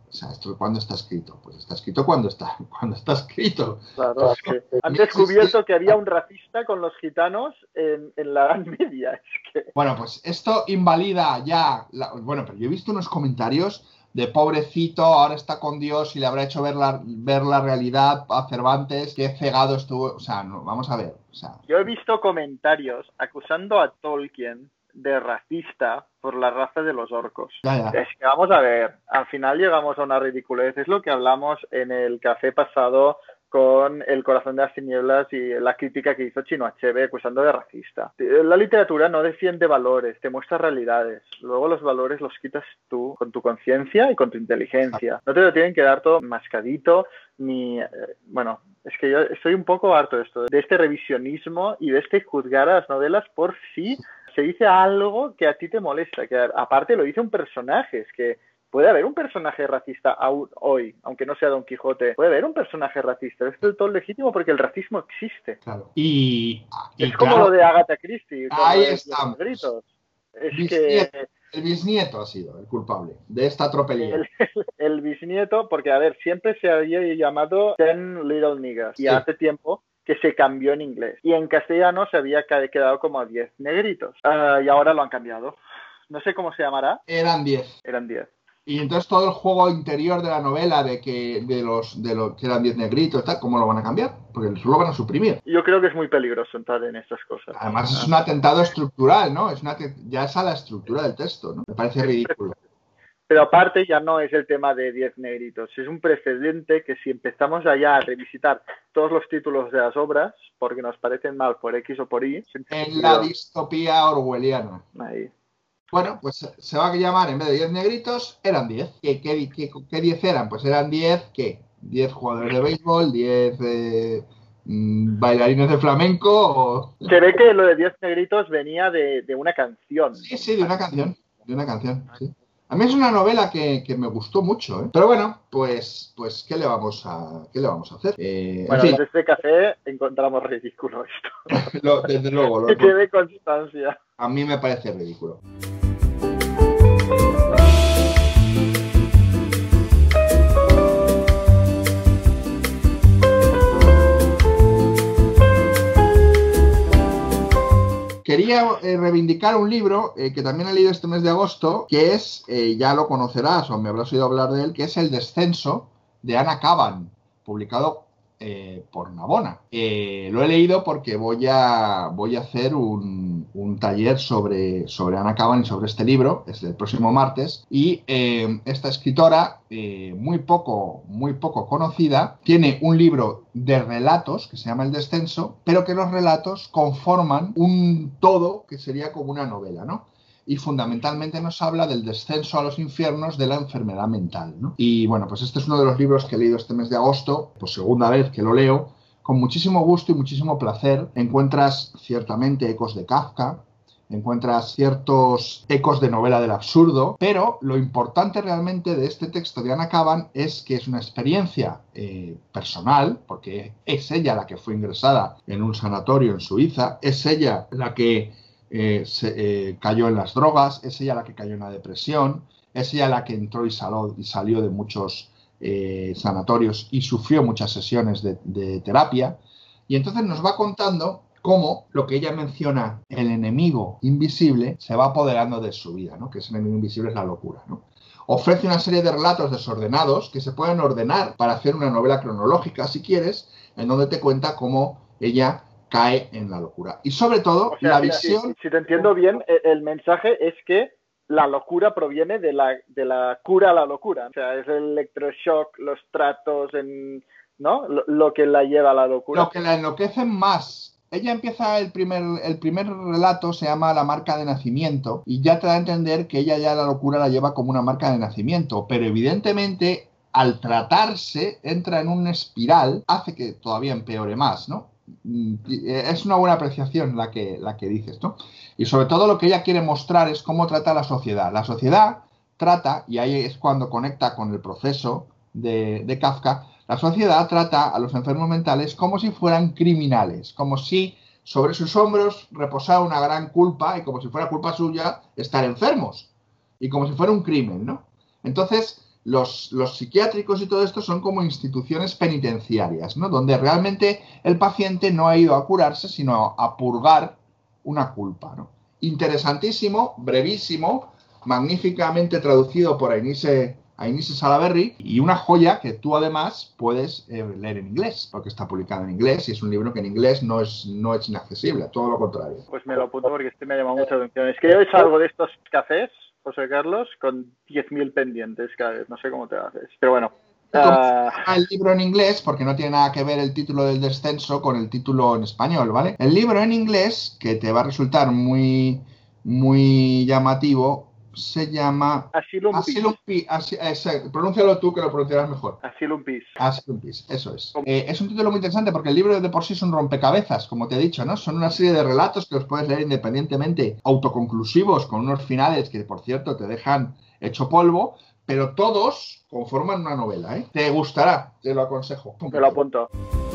O sea, ¿esto cuándo está escrito? Pues está escrito cuando está, cuando está escrito. Claro, es que han descubierto que había un racista con los gitanos en, en la Edad Media. Es que... Bueno, pues esto invalida ya... La... Bueno, pero yo he visto unos comentarios de pobrecito, ahora está con Dios y le habrá hecho ver la, ver la realidad a Cervantes, qué cegado estuvo... O sea, no, vamos a ver. O sea... Yo he visto comentarios acusando a Tolkien de racista por la raza de los orcos. Ya, ya. Es que vamos a ver, al final llegamos a una ridiculez. Es lo que hablamos en el café pasado con El corazón de las tinieblas y la crítica que hizo Chino Achebe acusando de racista. La literatura no defiende valores, te muestra realidades. Luego los valores los quitas tú con tu conciencia y con tu inteligencia. No te lo tienen que dar todo mascadito ni... Eh, bueno, es que yo estoy un poco harto de esto, de este revisionismo y de este juzgar a las novelas por sí. Se dice algo que a ti te molesta, que aparte lo dice un personaje, es que puede haber un personaje racista aún hoy, aunque no sea Don Quijote, puede haber un personaje racista, es del todo legítimo porque el racismo existe. Claro. Y, y es como claro, lo de Agatha Christie, con ahí los, estamos. los gritos. Es bisnieto, que el bisnieto ha sido el culpable de esta tropelía. El, el bisnieto, porque a ver, siempre se había llamado Ten Little Niggas, y Sí. hace tiempo que se cambió en inglés. Y en castellano se había quedado como a diez negritos. Uh, y ahora lo han cambiado. No sé cómo se llamará. Eran diez. Eran diez. Y entonces todo el juego interior de la novela de que de los de los que eran diez negritos, tal, ¿cómo lo van a cambiar? Porque eso lo van a suprimir. Yo creo que es muy peligroso entrar en estas cosas. Además es un atentado estructural, ¿no? Es una ya es a la estructura del texto, ¿no? Me parece ridículo. Pero aparte ya no es el tema de diez negritos, es un precedente que si empezamos allá a revisitar todos los títulos de las obras, porque nos parecen mal por X o por Y... En la distopía orwelliana. Ahí. Bueno, pues se va a llamar, en vez de diez negritos, eran diez. ¿Qué, qué, qué, qué diez eran? Pues eran diez, ¿qué? diez jugadores de béisbol, diez eh, mmm, bailarines de flamenco o... Se ve que lo de diez negritos venía de, de una canción. Sí, sí, de una canción, de una canción, sí. A mí es una novela que, que me gustó mucho, ¿eh? Pero bueno, pues, pues ¿qué le vamos a, qué le vamos a hacer? Eh, bueno, en fin. desde este café encontramos ridículo esto. lo, desde luego. Lo, que quede constancia. A mí me parece ridículo. Quería eh, reivindicar un libro eh, que también he leído este mes de agosto, que es, eh, ya lo conocerás o me habrás oído hablar de él, que es El descenso de Anna Kavan, publicado eh, por Navona. Eh, lo he leído porque voy a, voy a hacer un, un taller sobre, sobre Anna Kavan y sobre este libro, es el próximo martes, y eh, esta escritora, eh, muy poco, muy poco conocida, tiene un libro de relatos que se llama El descenso, pero que los relatos conforman un todo que sería como una novela, ¿no? Y fundamentalmente nos habla del descenso a los infiernos de la enfermedad mental, ¿no? Y bueno, pues este es uno de los libros que he leído este mes de agosto, pues segunda vez que lo leo, con muchísimo gusto y muchísimo placer. Encuentras ciertamente ecos de Kafka, encuentras ciertos ecos de novela del absurdo, pero lo importante realmente de este texto de Anna Kavan es que es una experiencia eh, personal, porque es ella la que fue ingresada en un sanatorio en Suiza, es ella la que eh, se, eh, cayó en las drogas, es ella la que cayó en la depresión, es ella la que entró y, saló, y salió de muchos eh, sanatorios y sufrió muchas sesiones de, de terapia, y entonces nos va contando cómo lo que ella menciona, el enemigo invisible, se va apoderando de su vida, ¿no? Que ese enemigo invisible es la locura, ¿no? Ofrece una serie de relatos desordenados que se pueden ordenar para hacer una novela cronológica, si quieres, en donde te cuenta cómo ella cae en la locura. Y sobre todo, o sea, la si, visión... Si, si te entiendo bien, el mensaje es que la locura proviene de la, de la cura a la locura. O sea, es el electroshock, los tratos, en, ¿no? Lo, lo que la lleva a la locura. Lo que la enloquece más... Ella empieza el primer, el primer relato, se llama La marca de nacimiento, y ya te da a entender que ella ya la locura la lleva como una marca de nacimiento, pero evidentemente al tratarse entra en una espiral, hace que todavía empeore más, ¿no? Es una buena apreciación la que, la que dices, ¿no? Y sobre todo lo que ella quiere mostrar es cómo trata la sociedad. La sociedad trata, y ahí es cuando conecta con el proceso de, de Kafka, la sociedad trata a los enfermos mentales como si fueran criminales, como si sobre sus hombros reposara una gran culpa y como si fuera culpa suya estar enfermos y como si fuera un crimen, ¿no? Entonces, los, los psiquiátricos y todo esto son como instituciones penitenciarias, ¿no? Donde realmente el paciente no ha ido a curarse, sino a purgar una culpa, ¿no? Interesantísimo, brevísimo, magníficamente traducido por Ainise, Ainise Salaberry, y una joya que tú además puedes eh, leer en inglés, porque está publicado en inglés y es un libro que en inglés no es, no es inaccesible, todo lo contrario. Pues me lo apunto porque este me ha llamado mucha atención. Es que yo he hecho algo de estos cafés, José Carlos, con diez mil pendientes cada vez, no sé cómo te haces, pero bueno. Uh... El libro en inglés, porque no tiene nada que ver el título del descenso con el título en español, ¿vale? El libro en inglés, que te va a resultar muy, muy llamativo, se llama Asylum, Asylum Peace. Así, pronúncialo tú, que lo pronunciarás mejor. Asylum Peace. Asylum Peace, eso es. Eh, es un título muy interesante porque el libro de por sí es un rompecabezas, como te he dicho, ¿no? Son una serie de relatos que los puedes leer independientemente, autoconclusivos, con unos finales que, por cierto, te dejan hecho polvo, pero todos conforman una novela, ¿eh? Te gustará, te lo aconsejo. Me lo apunto.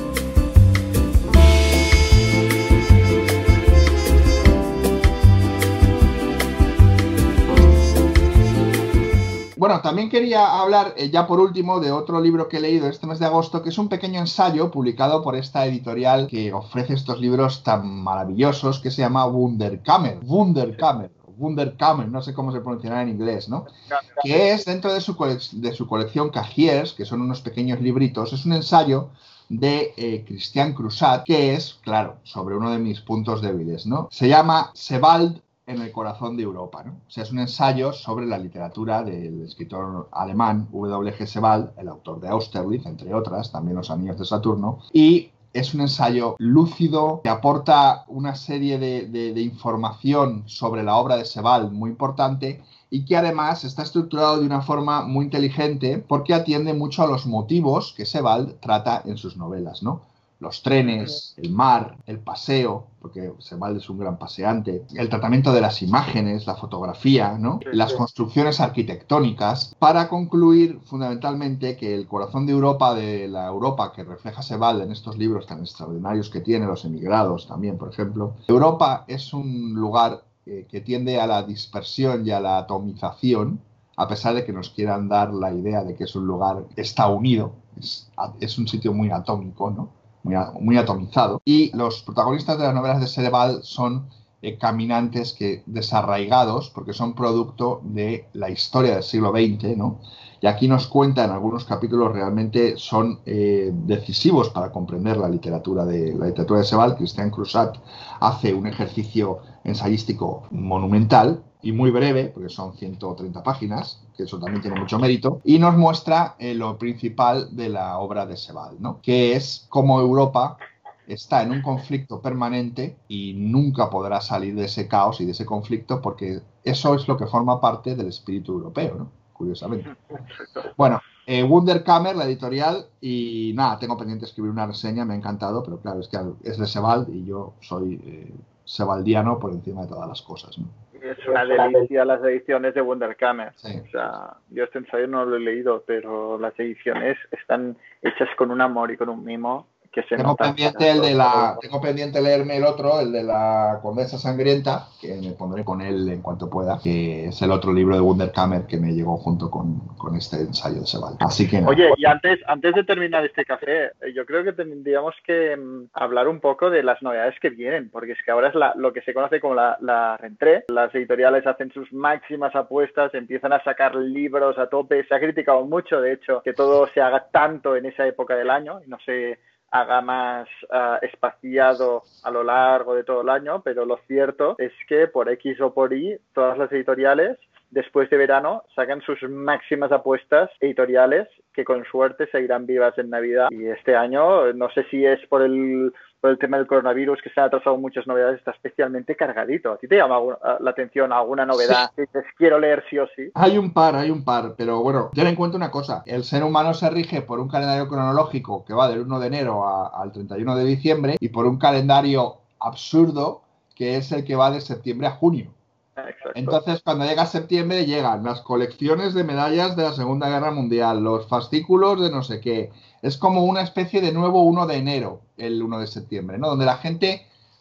Bueno, también quería hablar, eh, ya por último, de otro libro que he leído este mes de agosto, que es un pequeño ensayo publicado por esta editorial que ofrece estos libros tan maravillosos, que se llama Wunderkammer. Wunderkammer. Wunderkammer, no sé cómo se pronunciará en inglés, ¿no? Que es dentro de su, cole de su colección Cahiers, que son unos pequeños libritos, es un ensayo de eh, Christian Crusat, que es, claro, sobre uno de mis puntos débiles, ¿no? Se llama Sebald en el corazón de Europa, ¿no? O sea, es un ensayo sobre la literatura del escritor alemán W G Sebald, el autor de Austerlitz, entre otras, también Los Anillos de Saturno, y es un ensayo lúcido que aporta una serie de, de, de información sobre la obra de Sebald muy importante y que además está estructurado de una forma muy inteligente porque atiende mucho a los motivos que Sebald trata en sus novelas, ¿no? Los trenes, el mar, el paseo, porque Sebald es un gran paseante, el tratamiento de las imágenes, la fotografía, ¿no? Las construcciones arquitectónicas, para concluir fundamentalmente que el corazón de Europa, de la Europa que refleja Sebald en estos libros tan extraordinarios que tiene, Los emigrados también, por ejemplo, Europa es un lugar eh, que tiende a la dispersión y a la atomización, a pesar de que nos quieran dar la idea de que es un lugar, está unido, es, es un sitio muy atómico, ¿no? Muy, muy atomizado, y los protagonistas de las novelas de Sebald son eh, caminantes que desarraigados, porque son producto de la historia del siglo veinte, ¿no? Y aquí nos cuentan algunos capítulos realmente son eh, decisivos para comprender la literatura de la literatura de Sebald. Christian Crusat hace un ejercicio ensayístico monumental y muy breve, porque son ciento treinta páginas, que eso también tiene mucho mérito, y nos muestra eh, lo principal de la obra de Sebald, ¿no? Que es cómo Europa está en un conflicto permanente y nunca podrá salir de ese caos y de ese conflicto, porque eso es lo que forma parte del espíritu europeo, ¿no? Curiosamente. Bueno, eh, Wunderkammer, la editorial, y nada, tengo pendiente escribir una reseña, me ha encantado, pero claro, es que es de Sebald y yo soy eh, sebaldiano por encima de todas las cosas, ¿no? Es una delicia las ediciones de Wunderkammer. Sí. O sea, yo este ensayo no lo he leído, pero las ediciones están hechas con un amor y con un mimo que se tengo nota. Pendiente el de la, tengo pendiente leerme el otro, el de la Condesa Sangrienta, que me pondré con él en cuanto pueda, que es el otro libro de Wunderkammer que me llegó junto con, con este ensayo de Sebald. Así que... Oye, y antes, antes de terminar este café, yo creo que tendríamos que um, hablar un poco de las novedades que vienen, porque es que ahora es la, lo que se conoce como la, la rentrée. Las editoriales hacen sus máximas apuestas, empiezan a sacar libros a tope. Se ha criticado mucho, de hecho, que todo se haga tanto en esa época del año y no se haga más uh, espaciado a lo largo de todo el año, pero lo cierto es que por X o por Y, todas las editoriales después de verano sacan sus máximas apuestas editoriales que con suerte seguirán vivas en Navidad. Y este año, no sé si es por el, por el tema del coronavirus, que se han atrasado muchas novedades, está especialmente cargadito. ¿A ti te llama la atención alguna novedad que dices, quiero leer sí o sí? Hay un par, hay un par, pero bueno, ten en cuenta una cosa. El ser humano se rige por un calendario cronológico que va del uno de enero a, al treinta y uno de diciembre y por un calendario absurdo que es el que va de septiembre a junio. Exacto. Entonces, cuando llega septiembre, llegan las colecciones de medallas de la Segunda Guerra Mundial, los fascículos de no sé qué. Es como una especie de nuevo uno de enero, el uno de septiembre, ¿no? Donde la gente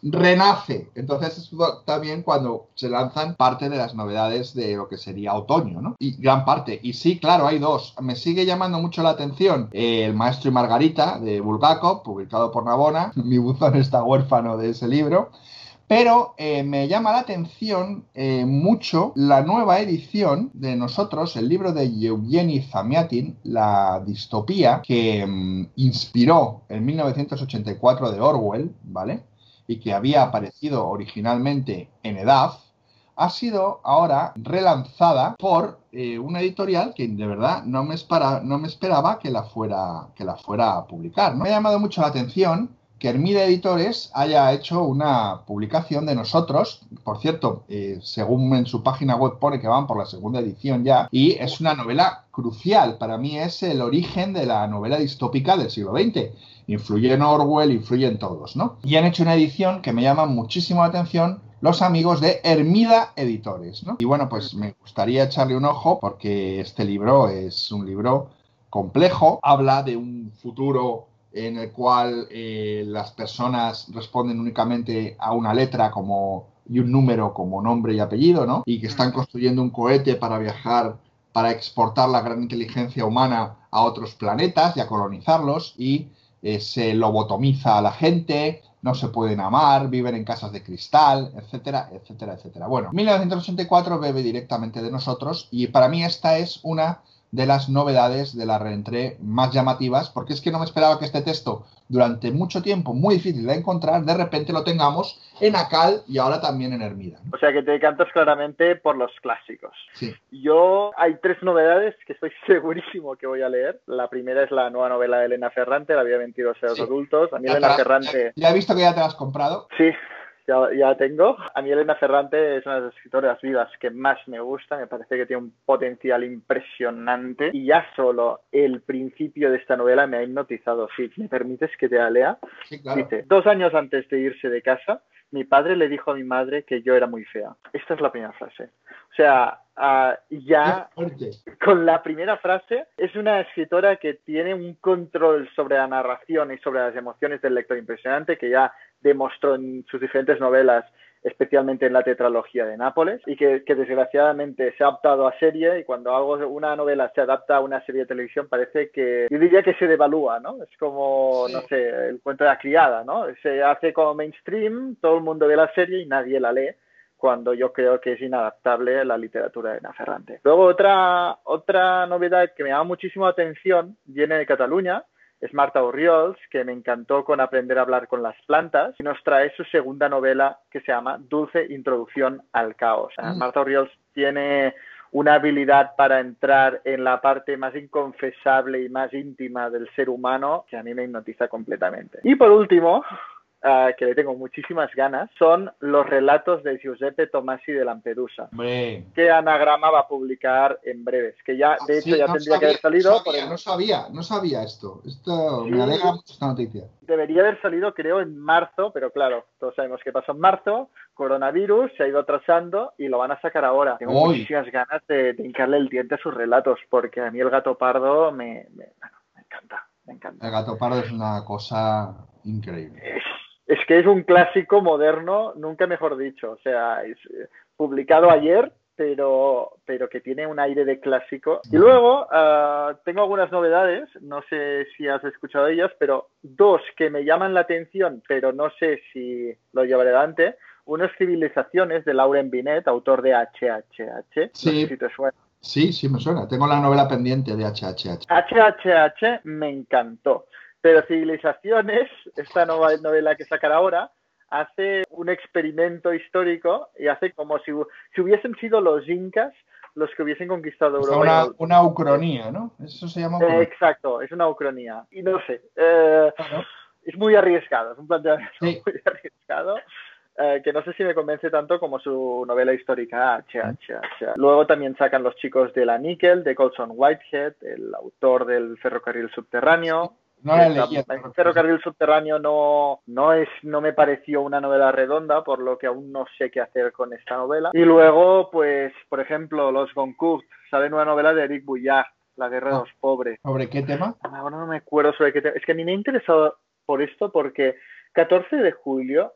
renace. Entonces es también cuando se lanzan parte de las novedades de lo que sería otoño, ¿no? Y gran parte. Y sí, claro, hay dos. Me sigue llamando mucho la atención eh, El maestro y Margarita, de Bulgakov, publicado por Navona. Mi buzón está huérfano de ese libro. Pero eh, me llama la atención eh, mucho la nueva edición de nosotros, el libro de Yevgeny Zamyatin, La distopía, que mm, inspiró en mil novecientos ochenta y cuatro de Orwell, ¿vale? Y que había aparecido originalmente en EDAF, ha sido ahora relanzada por eh, una editorial que de verdad no me, espera, no me esperaba que la, fuera, que la fuera a publicar, ¿no? Me ha llamado mucho la atención que Hermida Editores haya hecho una publicación de nosotros. Por cierto, eh, según en su página web pone que van por la segunda edición ya, y es una novela crucial. Para mí es el origen de la novela distópica del siglo veinte. Influye en Orwell, influye en todos, ¿no? Y han hecho una edición que me llama muchísimo la atención, los amigos de Hermida Editores, ¿no? Y bueno, pues me gustaría echarle un ojo porque este libro es un libro complejo, habla de un futuro en el cual eh, las personas responden únicamente a una letra como, y un número como nombre y apellido, ¿no? Y que están construyendo un cohete para viajar, para exportar la gran inteligencia humana a otros planetas y a colonizarlos, y eh, se lobotomiza a la gente, no se pueden amar, viven en casas de cristal, etcétera, etcétera, etcétera. Bueno, mil novecientos ochenta y cuatro bebe directamente de nosotros, y para mí esta es una de las novedades de la reentrée más llamativas, porque es que no me esperaba que este texto, durante mucho tiempo, muy difícil de encontrar, de repente lo tengamos en Acal y ahora también en Hermida. O sea que te decantas claramente por los clásicos. Sí. Yo, hay tres novedades que estoy segurísimo que voy a leer. La primera es la nueva novela de Elena Ferrante, La vida de veintidós años Sí. adultos. A mí Ya Elena te las- Ferrante... Ya he visto que ya te la has comprado. Sí, ya, ya tengo. A mí Elena Ferrante es una de las escritoras vivas que más me gusta. Me parece que tiene un potencial impresionante. Y ya solo el principio de esta novela me ha hipnotizado. Si me permites que te la lea. Sí, claro. Dice, dos años antes de irse de casa, mi padre le dijo a mi madre que yo era muy fea. Esta es la primera frase. O sea, uh, ya Qué fuerte. con la primera frase es una escritora que tiene un control sobre la narración y sobre las emociones del lector impresionante, que ya demostró en sus diferentes novelas, especialmente en la tetralogía de Nápoles, y que, que desgraciadamente se ha adaptado a serie, y cuando algo, una novela se adapta a una serie de televisión parece que, yo diría que se devalúa, ¿no? Es como, Sí. no sé, el cuento de la criada, ¿no? Se hace como mainstream, todo el mundo ve la serie y nadie la lee, cuando yo creo que es inadaptable a la literatura de Elena Ferrante. Luego otra, otra novedad que me llama muchísimo la atención viene de Cataluña, es Marta Orriols, que me encantó con Aprender a hablar con las plantas, y nos trae su segunda novela que se llama Dulce introducción al caos. Mm. Marta Orriols tiene una habilidad para entrar en la parte más inconfesable y más íntima del ser humano que a mí me hipnotiza completamente. Y por último, Uh, que le tengo muchísimas ganas, son los relatos de Giuseppe Tomasi de Lampedusa, Hombre. que Anagrama va a publicar en breves, que ya, de hecho, Sí, ya no tendría sabía, que haber salido. No sabía, por el... no sabía, no sabía esto. Esto Sí. Me alegra mucho esta noticia. Debería haber salido, creo, en marzo, pero claro, todos sabemos qué pasó en marzo, coronavirus, se ha ido atrasando y lo van a sacar ahora. Tengo Hoy. muchísimas ganas de, de hincarle el diente a sus relatos, porque a mí el gato pardo me, me, bueno, me encanta, me encanta. El gato pardo es una cosa increíble. Es... Es que es un clásico moderno, nunca mejor dicho. O sea, es eh, publicado ayer, pero, pero que tiene un aire de clásico. Y luego uh, tengo algunas novedades, no sé si has escuchado de ellas, pero dos que me llaman la atención, pero no sé si lo llevaré adelante. Uno es Civilizaciones, de Lauren Binet, autor de H H H. Sí. No sé si te suena. Sí, sí me suena. Tengo la novela pendiente de H H H. H H H me encantó. Pero Civilizaciones, esta nueva novela que sacará ahora, hace un experimento histórico y hace como si, si hubiesen sido los incas los que hubiesen conquistado o sea, Europa. Una, una ucronía, ¿no? Eso se llama ucronía. Eh, exacto, es una ucronía. Y no sé, eh, uh-huh. es muy arriesgado, es un planteamiento sí. muy arriesgado. Eh, que no sé si me convence tanto como su novela histórica H H H. Luego también sacan Los chicos de la níquel, de Colson Whitehead, el autor del Ferrocarril Subterráneo. No la leí. El Ferrocarril Subterráneo no, no, es, no me pareció una novela redonda, por lo que aún no sé qué hacer con esta novela. Y luego, pues, por ejemplo, Los Goncourt, sale una novela de Eric Bouillard, La guerra de los pobres. ¿Sobre qué tema? Ahora no me acuerdo sobre qué tema. Es que a mí me ha interesado por esto porque catorce de julio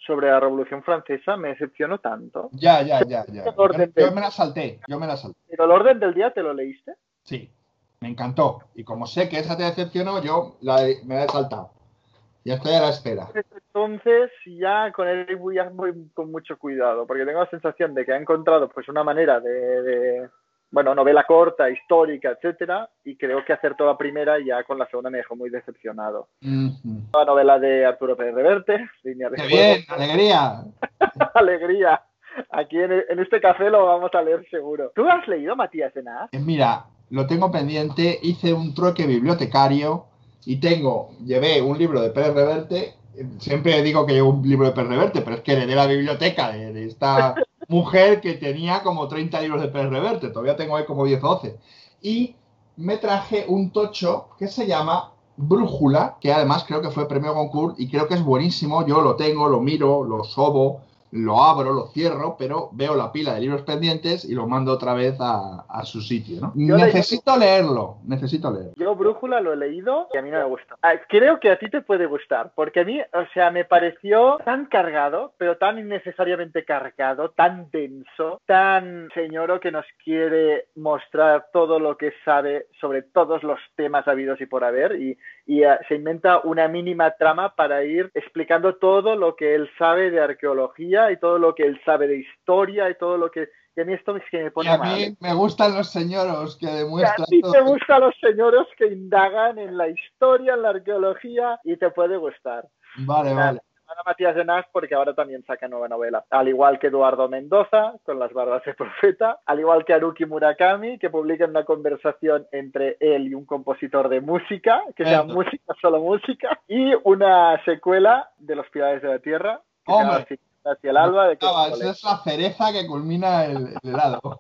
sobre la Revolución Francesa me decepcionó tanto. Ya, ya, ya, ya. Yo, yo me la salté, yo me la salté. ¿Pero el orden del día te lo leíste? Sí, me encantó. Y como sé que esa te decepcionó, yo la, me la he saltado. Ya estoy a la espera. Entonces, ya con él voy, voy con mucho cuidado, porque tengo la sensación de que ha encontrado pues una manera de, de bueno, novela corta, histórica, etcétera, y creo que acertó la primera y ya con la segunda me dejó muy decepcionado. Mm-hmm. La novela de Arturo Pérez Reverte, Línea de ¡Qué Fuego. bien! ¡Alegría! ¡Alegría! Aquí en, en este café lo vamos a leer seguro. ¿Tú has leído Matías de Naz? Eh, mira, lo tengo pendiente, hice un trueque bibliotecario y tengo, llevé un libro de Pérez Reverte. Siempre digo que llevo un libro de Pérez Reverte, pero es que heredé la biblioteca de, de esta mujer que tenía como treinta libros de Pérez Reverte. Todavía tengo ahí como diez o doce. Y me traje un tocho que se llama Brújula, que además creo que fue premio Goncourt y creo que es buenísimo. Yo lo tengo, lo miro, lo sobo, lo abro, lo cierro, pero veo la pila de libros pendientes y lo mando otra vez a, a su sitio, ¿no? Yo necesito leí... leerlo, necesito leerlo. Yo Brújula lo he leído y a mí no me gusta. Ah, creo que a ti te puede gustar, porque a mí, o sea, me pareció tan cargado, pero tan innecesariamente cargado, tan denso, tan señoro que nos quiere mostrar todo lo que sabe sobre todos los temas habidos y por haber y, y uh, se inventa una mínima trama para ir explicando todo lo que él sabe de arqueología y todo lo que él sabe de historia y todo lo que... Y a mí esto es que me pone y a mal. mí me gustan los señoros que demuestran... A ti todo. te gustan los señores que indagan en la historia, en la arqueología y te puede gustar. Vale, Nada, vale. a Matías de Naz porque ahora también saca nueva novela. Al igual que Eduardo Mendoza, con Las Barbas de Profeta. Al igual que Haruki Murakami, que publican una conversación entre él y un compositor de música, que se llama Música, Solo Música. Y una secuela de Los Pilares de la Tierra, que ¡Hombre! se llama Hacia el Alba. De no, esa es la cereza que culmina el, el helado.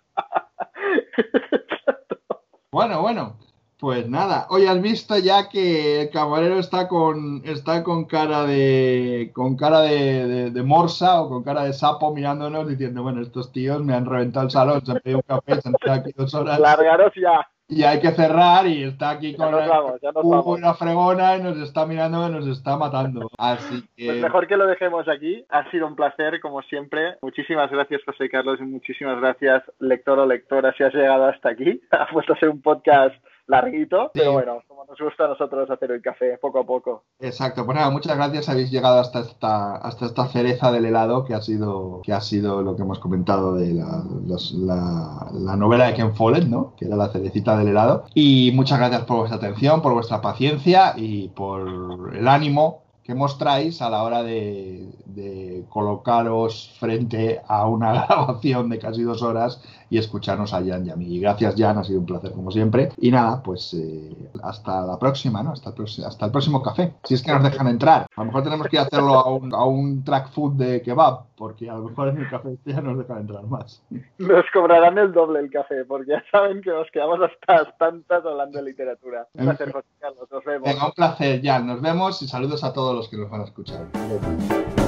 Bueno, bueno. Pues nada, hoy has visto ya que el camarero está con está con cara de con cara de, de, de morsa o con cara de sapo mirándonos diciendo, bueno, estos tíos me han reventado el salón, se han pedido un café, se han quedado aquí dos horas. Largaros ya. Y hay que cerrar y está aquí Ya con nos vamos, ya nos vamos. una fregona y nos está mirando y nos está matando. Así que... Pues mejor que lo dejemos aquí. Ha sido un placer, como siempre. Muchísimas gracias, José Carlos, y muchísimas gracias, lector o lectora, si has llegado hasta aquí. Ha puesto a ser un podcast larguito, sí. Pero bueno, como nos gusta a nosotros hacer el café, poco a poco. Exacto, pues nada, muchas gracias, habéis llegado hasta esta hasta esta cereza del helado que ha sido que ha sido lo que hemos comentado de la, los, la, la novela de Ken Follett, ¿no? Que era la cerecita del helado. Y muchas gracias por vuestra atención, por vuestra paciencia y por el ánimo que mostráis a la hora de, de colocaros frente a una grabación de casi dos horas y escucharnos a Jan y a mí. Gracias, Jan, ha sido un placer como siempre. Y nada, pues eh, hasta la próxima, ¿no? Hasta el, próximo, hasta el próximo café, si es que nos dejan entrar. A lo mejor tenemos que hacerlo a un, a un track food de kebab, porque a lo mejor en el café ya nos dejan entrar más. Nos cobrarán el doble el café, porque ya saben que nos quedamos hasta las tantas hablando de literatura. Un placer, José Carlos, nos vemos. Venga, un placer, Jan, nos vemos y saludos a todos los que nos van a escuchar.